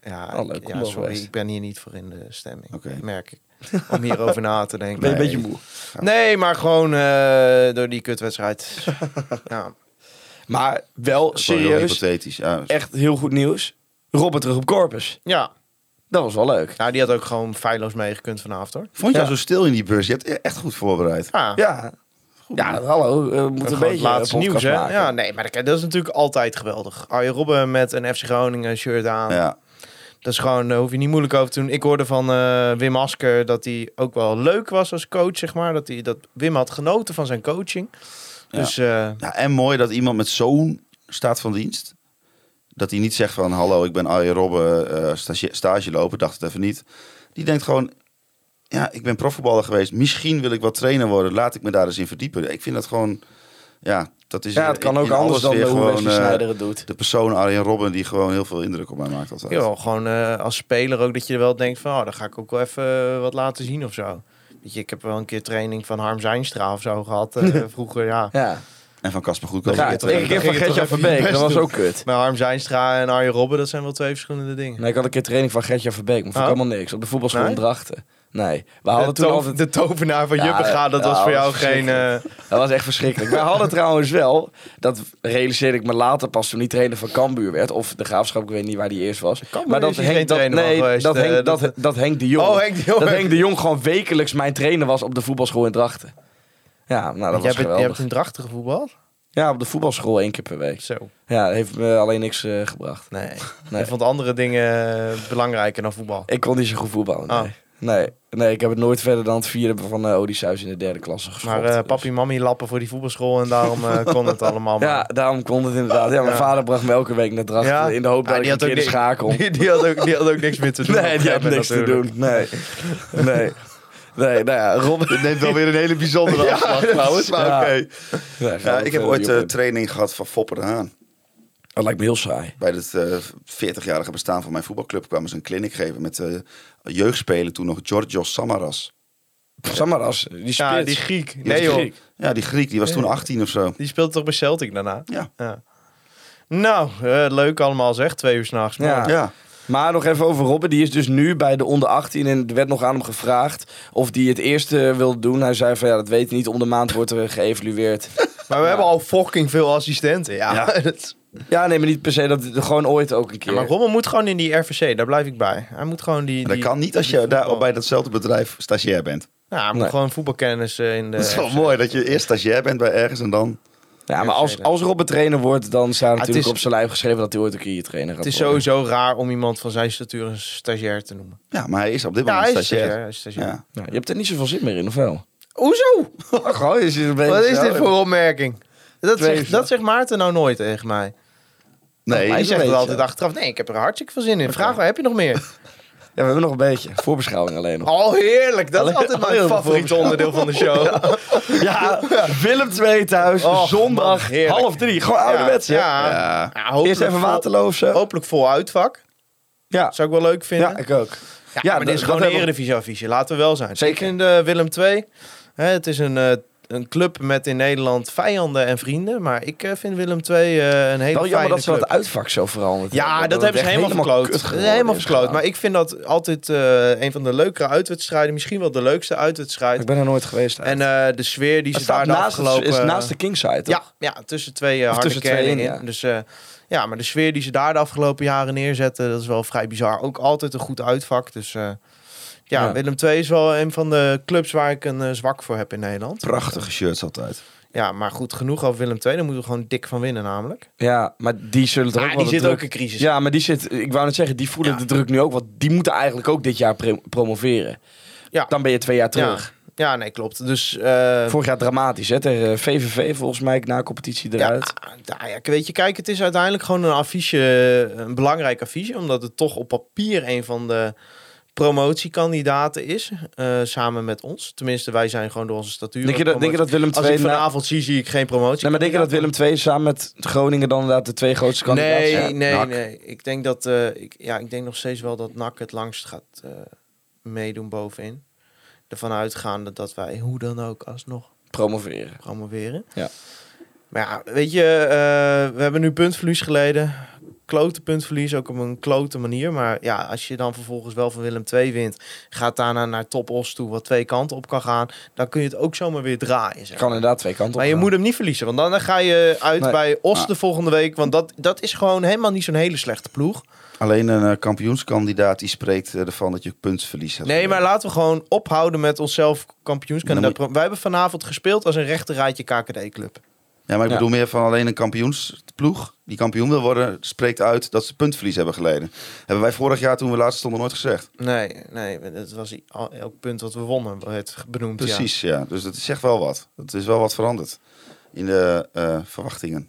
Ja, Oh, leuk, kom wel sorry, geweest. ik ben hier niet voor in de stemming. Oké. Merk ik. Om hierover na te denken. Ben je een beetje moe? Nee, maar gewoon door die kutwedstrijd. Ja. Maar wel Dat is wel heel serieus, hypothetisch. Ja. echt heel goed nieuws. Robert terug op Corpus. Ja. Dat was wel leuk. Nou, die had ook gewoon feilloos meegekund vanavond, hoor. Vond je Ja. jou zo stil in die bus? Je hebt je echt goed voorbereid. Ja, ja, hallo. We moeten een Gewoon beetje het laatste podcast nieuws, hè? maken. Ja, nee, maar dat is natuurlijk altijd geweldig. Arjen Robben met een FC Groningen shirt aan. Ja. Dat is gewoon, daar hoef je niet moeilijk over te doen. Ik hoorde van Wim Asker dat hij ook wel leuk was als coach, zeg maar. Dat Wim had genoten van zijn coaching. Ja. Dus Ja, en mooi dat iemand met zo'n staat van dienst... dat hij niet zegt van... hallo, ik ben Arjen Robben, stage lopen. Dacht het even niet. Die denkt gewoon... ja, ik ben profvoetballer geweest. Misschien wil ik wat trainer worden. Laat ik me daar eens in verdiepen. Ik vind dat gewoon... ja, dat is... Ja, het kan ook in anders alles dan weer hoe Wesley gewoon, Sneijder het doet. de persoon Arjen Robben... die gewoon heel veel indruk op mij maakt altijd. joh, gewoon als speler ook dat je wel denkt van... dan ga ik ook wel even wat laten zien of zo. Weet je, ik heb wel een keer training van Harm Zijnstra of zo gehad vroeger, ja. Ja, En van Casper Goedkoop. ja ik toch- een keer dan van ging je Gertjan toch even je Verbeek. Dat best was doen. ook kut. Maar Harm Zijnstra en Arjen Robben, dat zijn wel twee verschillende dingen. Nee, ik had een keer training van Gertjan Verbeek. Maar vond ik Oh. helemaal niks. Op de voetbalschool Nee? in Drachten. Nee. We hadden toen altijd... De tovenaar van Ja, Juppega, dat ja, was voor jou was geen... Dat was echt verschrikkelijk. Wij hadden trouwens wel, dat realiseerde ik me later pas toen die trainer van Cambuur werd. Of de Graafschap, ik weet niet waar die eerst was. Maar dat is geen trainer van geweest. dat Henk de Jong. Oh, Henk de Jong. Dat Henk de Jong gewoon wekelijks mijn trainer was op de voetbalschool in Drachten. Ja, nou dat was je geweldig. hebt in Drachten gevoetbald? Ja, op de voetbalschool 1 keer per week. Zo. Ja, dat heeft me alleen niks gebracht. Nee. Nee. Ik vond andere dingen belangrijker dan voetbal. Ik kon niet zo goed voetballen, nee. Oh. Nee, ik heb het nooit verder dan het vierde van Odysseus in de 3e klasse geschopt. Maar dus. papi en mami lappen voor die voetbalschool en daarom kon het allemaal. Ja, daarom kon het inderdaad. Ja, mijn Ja. vader bracht me elke week naar Drachten Ja? in de hoop dat Ah, ik een keer de schakel. Die had ook niks meer te doen. Nee, die had niks te doen. Nee. Nee, nou ja, Robben... Het neemt wel weer een hele bijzondere afslag trouwens. Maar Ja. oké. Nee, Ja, gaan we ik heb verder ooit niet op in. training gehad van Foppe de Haan. Dat lijkt me heel saai. Bij het 40-jarige bestaan van mijn voetbalclub kwamen ze een clinic geven met jeugdspelen. Toen nog Georgios Samaras. Samaras, die spits. Ja, die Griek. Die Nee is joh, Griek. Ja, die Griek, die was toen 18 of zo. die speelde toch bij Celtic daarna? Ja. Nou, leuk allemaal zeg, 2 uur 's nachts. Ja. Ja. Maar nog even over Robben. Die is dus nu bij de onder 18 en er werd nog aan hem gevraagd of hij het eerste wilde doen. Hij zei van ja, dat weet hij niet. Om de maand wordt er geëvalueerd. Maar we hebben al fucking veel assistenten. Ja. Ja. Dat- Ja, nee, maar niet per se. Dat gewoon ooit ook een keer. maar Rommel moet gewoon in die RVC, daar blijf ik bij. Hij moet gewoon die... Maar dat kan niet als je daar bij datzelfde bedrijf stagiair bent. Ja, hij moet Nee. gewoon voetbalkennis in de... Dat is wel RVC. mooi dat je eerst stagiair bent bij ergens en dan... Ja, maar als Robben trainer wordt, dan staat het natuurlijk is- op zijn lijf geschreven dat hij ooit een keer trainer gaat Het is worden. sowieso raar om iemand van zijn statuur een stagiair te noemen. Ja, maar hij is op dit Ja, moment hij is stagiair. stagiair. Hij is stagiair. Ja. Ja, je hebt er niet zoveel zin meer in, of wel? Hoezo? Gewoon, je zit een beetje Wat is zo. dit voor opmerking? Dat Twee zegt, uur dat zegt Maarten nou nooit tegen mij. Nee, Hij een zegt het beetje. altijd achteraf. Nee, ik heb er hartstikke veel zin in. Vraag maar, heb je nog meer? Ja, we hebben nog een beetje. Voorbeschouwing alleen nog. Oh, heerlijk. Dat is Alleen- altijd alleen mijn nog favoriete onderdeel van de show. Ja, Willem II thuis, Och, zondag, man, heerlijk. 2:30. Gewoon ouderwets, hè? Ja. Ja. Ja, hopelijk Eerst even vol- Waterloo of zo. Hopelijk vol uitvak. Ja, Zou ik wel leuk vinden. ja, ik ook. Ja, maar dit is gewoon een hebben we- eredivisie-affiche. Laten we wel zijn. Zeker. Ik vind Willem II... Het is een club met in Nederland vijanden en vrienden. Maar ik vind Willem II een hele Wel jammer fijne dat ze club. dat uitvak zo veranderd Ja, hebben. dat hebben ze het helemaal echt verkloot. kut Dat is geworden helemaal is verkloot. gedaan. Maar ik vind dat altijd een van de leukere uitwedstrijden. Misschien wel de leukste uitwedstrijd. Ik ben er nooit geweest. En de sfeer die het ze daar staat de naast, afgelopen... is naast de Kingside, toch? ja, tussen twee harde tussen twee kernen in, in. ja. Dus ja, maar de sfeer die ze daar de afgelopen jaren neerzetten... dat is wel vrij bizar. Ook altijd een goed uitvak. Dus Ja. Willem II is wel een van de clubs waar ik een zwak voor heb in Nederland. Prachtige shirts altijd. Ja, maar goed, genoeg over Willem II. Daar moeten we gewoon dik van winnen namelijk. Ja, maar die zullen toch ook wel die de zit druk... ook in crisis. Ja, maar die zit... Ik wou net zeggen, die voelen Ja. de druk nu ook. Want die moeten eigenlijk ook dit jaar promoveren. Ja. Dan ben je 2 jaar terug. Ja, nee, klopt. Dus Vorig jaar dramatisch, hè? Tegen VVV volgens mij na competitie eruit. ja, weet je, kijk, het is uiteindelijk gewoon een affiche, een belangrijk affiche, omdat het toch op papier een van de promotiekandidaten is, samen met ons. Tenminste, wij zijn gewoon door onze statuur. Denk je dat Willem Als II... ik vanavond zie ik geen promotie. Nee, maar denk je dat Willem II samen met Groningen dan inderdaad de 2 grootste kandidaten zijn? Nee. Ik denk dat ik denk nog steeds wel dat NAC het langst gaat meedoen bovenin. Ervan uitgaande dat wij hoe dan ook alsnog Promoveren. promoveren. Ja. Maar ja, weet je, we hebben nu puntverlies geleden. klote puntverlies, ook op een klote manier. Maar ja, als je dan vervolgens wel van Willem II wint, gaat daarna naar Top Os toe, wat twee kanten op kan gaan, dan kun je het ook zomaar weer draaien. Zeg Kan maar. inderdaad twee kanten op Maar je gaan. moet hem niet verliezen, want dan ga je uit Nee. bij Os de volgende week. Want dat is gewoon helemaal niet zo'n hele slechte ploeg. Alleen een kampioenskandidaat die spreekt ervan dat je puntsverlies hebt. Nee, maar laten we gewoon ophouden met onszelf kampioenskandidaat. Wij hebben vanavond gespeeld als een rechterrijtje KKD-club. Ja, maar ik Ja. bedoel meer van alleen een kampioensploeg die kampioen wil worden, spreekt uit dat ze puntverlies hebben geleden. Hebben wij vorig jaar toen we laatst stonden nooit gezegd. Nee, het was elk punt wat we wonnen, werd benoemd. Ja. Precies, ja. Dus dat zegt wel wat. Het is wel wat veranderd in de verwachtingen.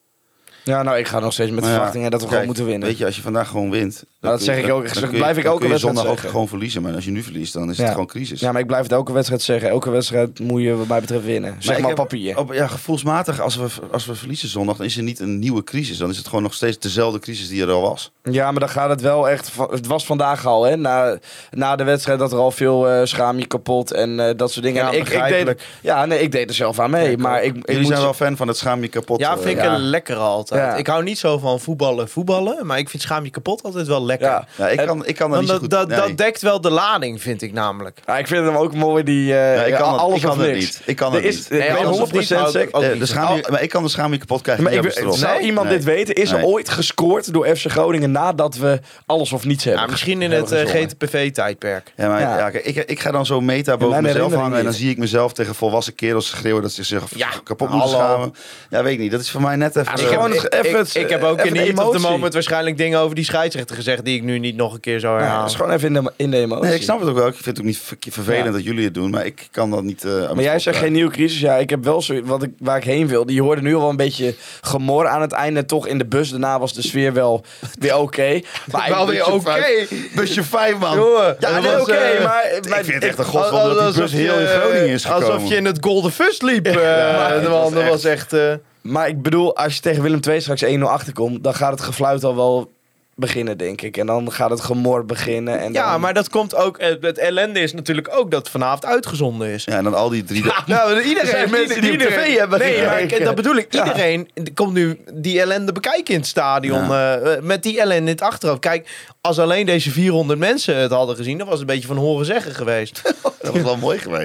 Ja, nou, ik ga nog steeds met de Maar ja, verwachtingen dat we kijk, gewoon moeten winnen. Weet je, als je vandaag gewoon wint... dat kun zeg je- ik ook. dan Dat kun je- blijf ik dan elke kun je wedstrijd zondag ook zeggen. gewoon verliezen. Maar als je nu verliest, dan is Ja. het gewoon crisis. Ja, maar ik blijf het elke wedstrijd zeggen. Elke wedstrijd moet je wat mij betreft winnen. Zeg ik maar heb- papier. Ja, gevoelsmatig, als we verliezen zondag, dan is er niet een nieuwe crisis. Dan is het gewoon nog steeds dezelfde crisis die er al was. Ja, maar dan gaat het wel echt... Het was vandaag al, hè. Na de wedstrijd dat er al veel schaam je kapot en dat soort dingen. Ja, En ik begrijpelijk. ik deed er zelf aan mee. Maar ik Jullie moet zijn wel fan van het schaam je kapot. Ja, vind ik ja. een lekkere altijd. Ja. Ik hou niet zo van voetballen, maar ik vind schaam je kapot altijd wel lekker. Ja. Ja, ik kan dat Want niet zo goed. dat nee. dekt wel de lading, vind ik namelijk. Ja, ik vind hem ook mooi, die Ja, ik kan het- alles ik kan of het niks. niet. Ik kan Er het is, niet. Ik Nee, weet alles of niet, 100% maar zeker. ook De niet. maar ik kan de schaam je kapot krijgen. Maar niet ik, hebben ze erop. zou Nee? iemand Nee. dit weten? Is er Nee. ooit gescoord door FC Groningen nadat we alles of niets hebben? Ja, misschien in hebben het gezongen? GTPV-tijdperk. Ja, maar Ja. ja, kijk, ik ga dan zo meta In boven mijn mezelf herinnering hangen en dan niet. zie ik mezelf tegen volwassen kerels schreeuwen dat ze zich Ja, kapot moeten hallo. schamen. Ja, weet ik niet. Dat is voor mij net even... Ja, gewoon even Ik heb ook in even de heat of the emotie. moment waarschijnlijk dingen over die scheidsrechter gezegd die ik nu niet nog een keer zou Ja, herhalen. dat is gewoon even in de emotie. Nee, ik snap het ook wel. Ik vind het ook niet vervelend Ja. dat jullie het doen, maar ik kan dat niet... Maar jij zegt geen nieuwe crisis. Ja, ik heb wel zo waar ik heen wilde. Je hoorde nu al wel een beetje gemor aan het einde. Toch in de bus. Daarna was de sfeer wel weer oké. Maar Wel weer oké. Busje 5, man. Jongen, Ja, dat nee, was, oké. Maar Ik vind het echt een Al- godswonder dat die alsof bus heel in je, Groningen is gekomen. Alsof je in het Golden Fust liep. maar Dat was echt... Maar ik bedoel, als je tegen Willem II straks 1-0 achterkomt, dan gaat het gefluit al wel beginnen, denk ik. En dan gaat het gemor beginnen. En Ja, dan... maar dat komt ook... Het ellende is natuurlijk ook dat het vanavond uitgezonden is. Ja, en dan al die drie... Nou, Er zijn mensen die op tv hebben Nee, maar gekeken. dat bedoel ik. Ja. Iedereen komt nu die ellende bekijken in het stadion. Met die ellende in het achterhoofd. Kijk, als alleen deze 400 mensen het hadden gezien, dan was het een beetje van horen zeggen geweest. Dat was wel mooi geweest.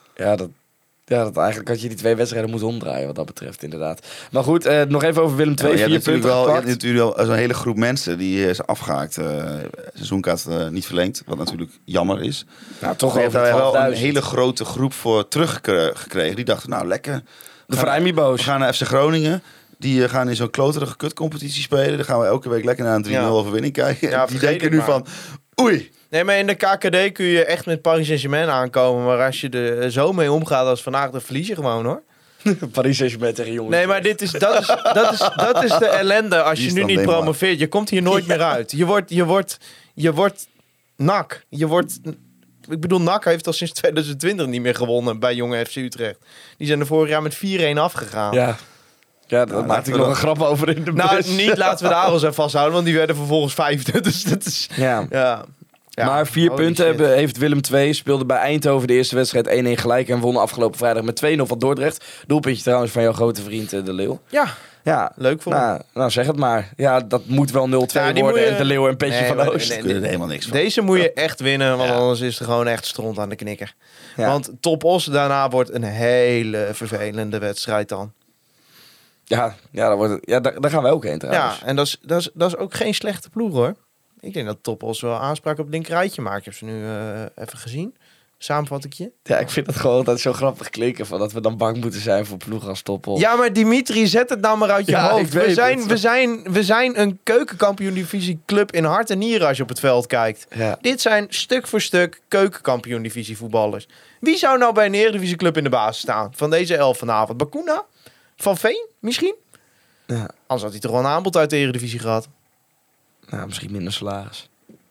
dat eigenlijk had je die twee wedstrijden moeten omdraaien, wat dat betreft, inderdaad. Maar goed, nog even over Willem II. Ja, je hebt 4 natuurlijk punten wel, je hebt gepakt. natuurlijk wel zo'n hele groep mensen die is afgehaakt. Seizoenkaart niet verlengd, wat natuurlijk jammer is. Nou, toch Maar je hebt over daar wel een 12.000. hele grote groep voor teruggekregen. Die dachten, nou lekker. De Vrijmibo's. We gaan naar FC Groningen. Die gaan in zo'n kloterige kutcompetitie spelen. Dan gaan we elke week lekker naar een 3-0 Ja. overwinning kijken. Ja, die vergeet denken het nu maar. van, oei. Nee, maar in de KKD kun je echt met Paris Saint-Germain aankomen. Maar als je er zo mee omgaat als vandaag, dan verlies je gewoon, hoor. Paris Saint-Germain tegen jongens. Nee, maar dat is de ellende als Die je is nu dan niet Neymar. promoveert. Je komt hier nooit meer uit. Je wordt nak. Ik bedoel, NAC heeft al sinds 2020 niet meer gewonnen bij jonge FC Utrecht. Die zijn er vorig jaar met 4-1 afgegaan. Ja, daar maakte laten ik we nog dat- een grap over in de Nou, bus. niet laten we daar ons aan vasthouden, want die werden vervolgens vijfde. Dus dat is... Ja. Ja. Ja, Maar 4 holy punten shit. heeft Willem II. Speelde bij Eindhoven de eerste wedstrijd 1-1 gelijk. En won afgelopen vrijdag met 2-0 van Dordrecht. Doelpuntje trouwens van jouw grote vriend De Leeuw. Ja, Ja, leuk voor hem. nou zeg het maar. Ja, dat moet wel 0-2 Ja, die worden. moet je- En De Leeuw een petje Nee, van maar- Oost. nee, Daar kunnen er helemaal niks van. Deze moet je echt winnen, want Ja. anders is er gewoon echt stront aan de knikker. Ja. Want Top Os daarna wordt een hele vervelende wedstrijd dan. Ja, daar, daar gaan wij ook heen trouwens. Ja, en dat is ook geen slechte ploeg, hoor. Ik denk dat Top Os wel aanspraak op het linkerrijtje maakt. Ik heb ze nu even gezien. Samenvattingje. Ja, ik vind het gewoon altijd zo grappig klinken. Van dat we dan bang moeten zijn voor ploegen als Toppel. Ja, maar Dimitri, zet het nou maar uit je Ja, hoofd. ik weet We zijn een keukenkampioen-divisie club in hart en nieren als je op het veld kijkt. Ja. Dit zijn stuk voor stuk keukenkampioen-divisie voetballers. Wie zou nou bij een Eredivisie club in de basis staan? Van deze 11 vanavond. Bakuna? Van Veen? Misschien? Ja. Anders had hij toch wel een aanbod uit de Eredivisie gehad. Nou, misschien minder salaris.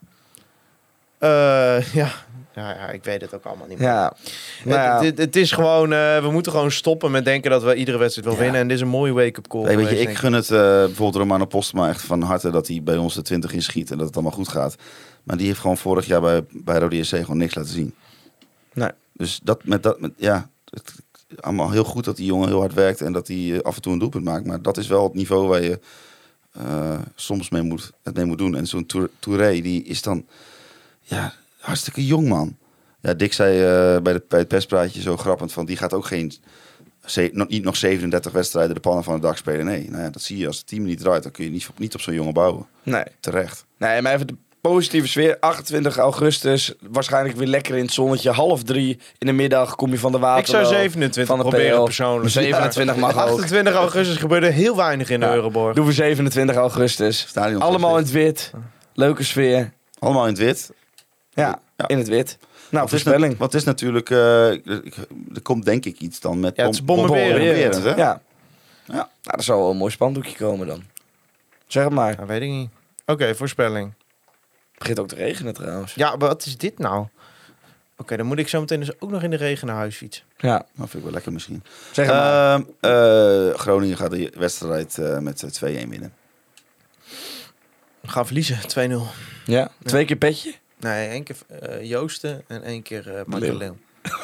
Ja, ik weet het ook allemaal niet meer. Ja. Nou ja. Het is gewoon, we moeten gewoon stoppen met denken dat we iedere wedstrijd wel Ja. winnen. En dit is een mooie wake-up call. Hey, weet je, geweest, ik denk gun het bijvoorbeeld Romano Postma echt van harte dat hij bij ons de 20 inschiet en dat het allemaal goed gaat. Maar die heeft gewoon vorig jaar bij Rode SC gewoon niks laten zien. Nee. Dus het allemaal heel goed dat die jongen heel hard werkt en dat hij af en toe een doelpunt maakt. Maar dat is wel het niveau waar je soms mee moet doen. En zo'n Touré, die is dan hartstikke jong, man. Ja, Dick zei bij het perspraatje zo grappend van... die gaat ook niet nog 37 wedstrijden de pannen van de dak spelen. Nee, nou ja, dat zie je. Als het team niet draait, dan kun je niet op zo'n jongen bouwen. Nee. Terecht. Nee, maar even de positieve sfeer. 28 augustus, waarschijnlijk weer lekker in het zonnetje. 2:30 in de middag kom je van de water. Ik zou 27 van de proberen PL. persoonlijk. 27 mag ook. 28 augustus gebeurde heel weinig in de Euroborg. Doen we 27 augustus. Stadion Allemaal in het wit. Leuke sfeer. Allemaal in het wit. Ja, in het wit. Nou, Wat is voorspelling. Wat is natuurlijk... er komt denk ik iets dan met... Ja, het is bombarderend, hè? Ja. Nou, er zal wel een mooi spandoekje komen dan. Zeg het maar. Dat weet ik niet. Oké, voorspelling. Het begint ook te regenen trouwens. Ja, maar wat is dit nou? Oké, dan moet ik zo meteen dus ook nog in de regen naar huis fietsen. Ja, Dat vind ik wel lekker misschien. zeg het maar. Groningen gaat de wedstrijd met 2-1 winnen. We gaan verliezen, 2-0. Ja, 2 keer petje. Nee, 1 keer Joosten en 1 keer Michael Leeuw.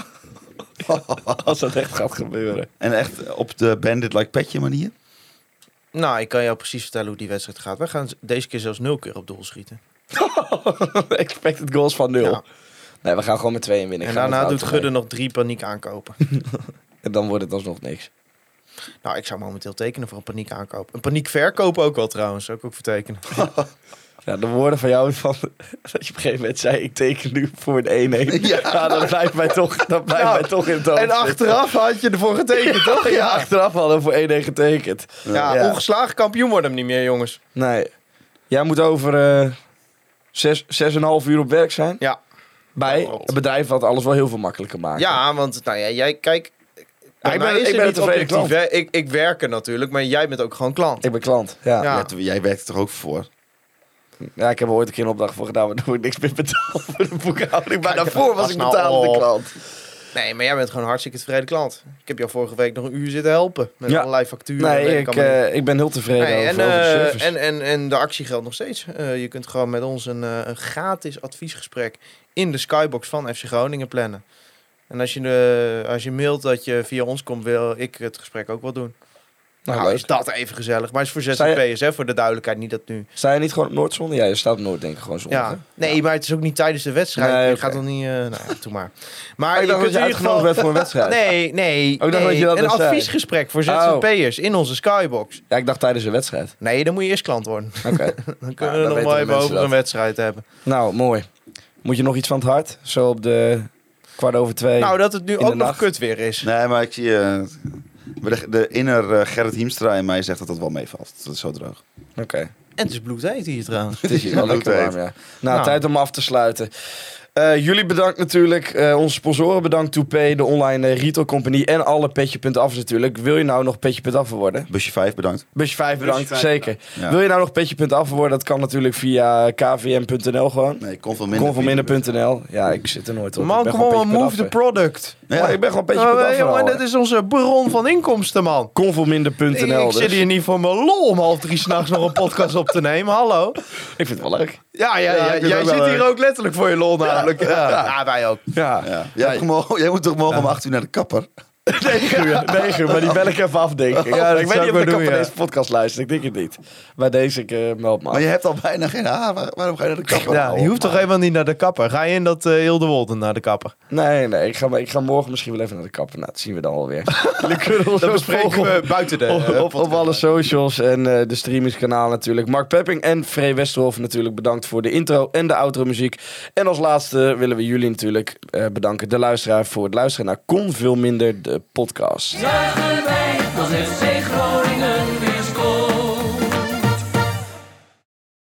Als dat echt gaat gebeuren. En echt op de Bandit Like Petje manier? Nou, ik kan jou precies vertellen hoe die wedstrijd gaat. Wij gaan deze keer zelfs 0 keer op doel schieten. Expected goals van 0. Ja. Nee, we gaan gewoon met 2 winnen. En Ik ga daarna met doet Wouter Gudde mee. nog 3 paniek aankopen. En dan wordt het alsnog niks. Nou, ik zou momenteel tekenen voor een paniek aankoop. Een paniek verkopen ook wel trouwens. Zou ik ook vertekenen. Ja, de woorden van jou van dat je op een gegeven moment zei, ik teken nu voor een 1-1. Ja, dat blijft mij toch, mij toch in het hoofd En zitten. achteraf had je ervoor getekend, toch? Ja, achteraf hadden we voor 1-1 getekend. Ja, ongeslagen kampioen worden hem niet meer, jongens. Nee. Jij moet over 6,5 uur op werk zijn. Ja. Bij Klopt. een bedrijf wat alles wel heel veel makkelijker maakt. Ja, want nou ja, jij, kijk... ik ben is een het niet tevreden objectief, hè? Ik werk er natuurlijk, maar jij bent ook gewoon klant. Ik ben klant. Ja. Ja. Jij werkt er toch ook voor? Ja, ik heb er ooit een keer een opdracht voor gedaan, waardoor ik niks meer betaald voor de boekhouding. Maar daarvoor was pas ik nou betalende op. klant. Nee, maar jij bent gewoon een hartstikke tevreden klant. Ik heb jou vorige week nog een uur zitten helpen. Met Ja. allerlei facturen. Nee, weet allemaal niet. ik ben heel tevreden Nee, over de service. en de actie geldt nog steeds. Je kunt gewoon met ons een gratis adviesgesprek in de Skybox van FC Groningen plannen. En als je mailt dat je via ons komt, wil ik het gesprek ook wel doen. Nou, leuk. is dat even gezellig. Maar het is voor Sta je- ZZP'ers, hè, voor de duidelijkheid. Niet dat nu... Sta je niet gewoon op Noordzonde? Ja, je staat op Noord, denk ik, gewoon zondag. Ja. hè? Nee, maar het is ook niet tijdens de wedstrijd. Nee, Je oké. gaat dan niet... nou, doe maar. Maar Ik dacht dat je in ieder uitgenodigd werd voor een wedstrijd. Nee, Ook dacht dat je dat een net zei. adviesgesprek voor ZZP'ers in onze Skybox. Ja, ik dacht tijdens een wedstrijd. Nee, dan moet je eerst klant worden. Oké. Dan kunnen dan we nog weten wel de even mensen over dat. een wedstrijd hebben. Nou, mooi. Moet je nog iets van het hart? Zo op de 1:15. Nou, dat het nu in de ook nog nacht. kut weer is. Nee, maar ik zie... de inner Gerrit Hiemstra in mij zegt dat dat wel meevalt. Dat is zo droog. Oké. En het is bloedheet hier trouwens. Het is hier wel Ja, lekker bloedheet. warm, ja. Nou, Nou. tijd om af te sluiten. Jullie bedankt natuurlijk. Onze sponsoren bedankt. Toupé, de online retail company en alle Petje.af natuurlijk. Wil je nou nog Petje.af worden? Busje 5, bedankt. Busje 5 bedankt, vijf zeker. Ja. Wil je nou nog Petje.af worden? Dat kan natuurlijk via kvm.nl gewoon. Nee, kon veel minder. Conforminder.nl. Ja, ik zit er nooit op. Ik Man, ben kom gewoon op, move the Petje.af. product. Ja, ik ben gewoon Oh, Petje.af. jongen, dit is onze bron van inkomsten, man. Conforminder.nl Ik zit hier niet voor mijn lol om 2:30 s'nachts nog een podcast op te nemen. Hallo. Ik vind het wel leuk. Ja, ik vind het jij ook wel zit hier leuk. ook letterlijk voor je lol namelijk. Ja, wij ook. Ja. Ja. Jij moet toch morgen om 8 uur naar de kapper? 9 uur, maar die bel ik even af, denk ik. Ja, dat ik zou weet niet ik of de wel kap doen, van ja. deze podcast luistert. Ik denk het niet. Maar deze, ik meld me af. Maar je hebt al bijna geen haar. Waarom ga je naar de kapper? Ja, je hoeft toch helemaal niet naar de kapper. Ga je in dat Hilde Wolden naar de kapper? Nee, ik ga morgen misschien wel even naar de kapper. Nou, dat zien we dan alweer. Jullie kunnen ons Dat ook bespreken volgen we buiten de op alle socials en de streamingskanaal natuurlijk. Mark Pepping en Free Westerhof natuurlijk bedankt voor de intro en de outro muziek. En als laatste willen we jullie natuurlijk bedanken, de luisteraar, voor het luisteren naar Kon Veel Minder, de podcast. Juichen wij als FC Groningen.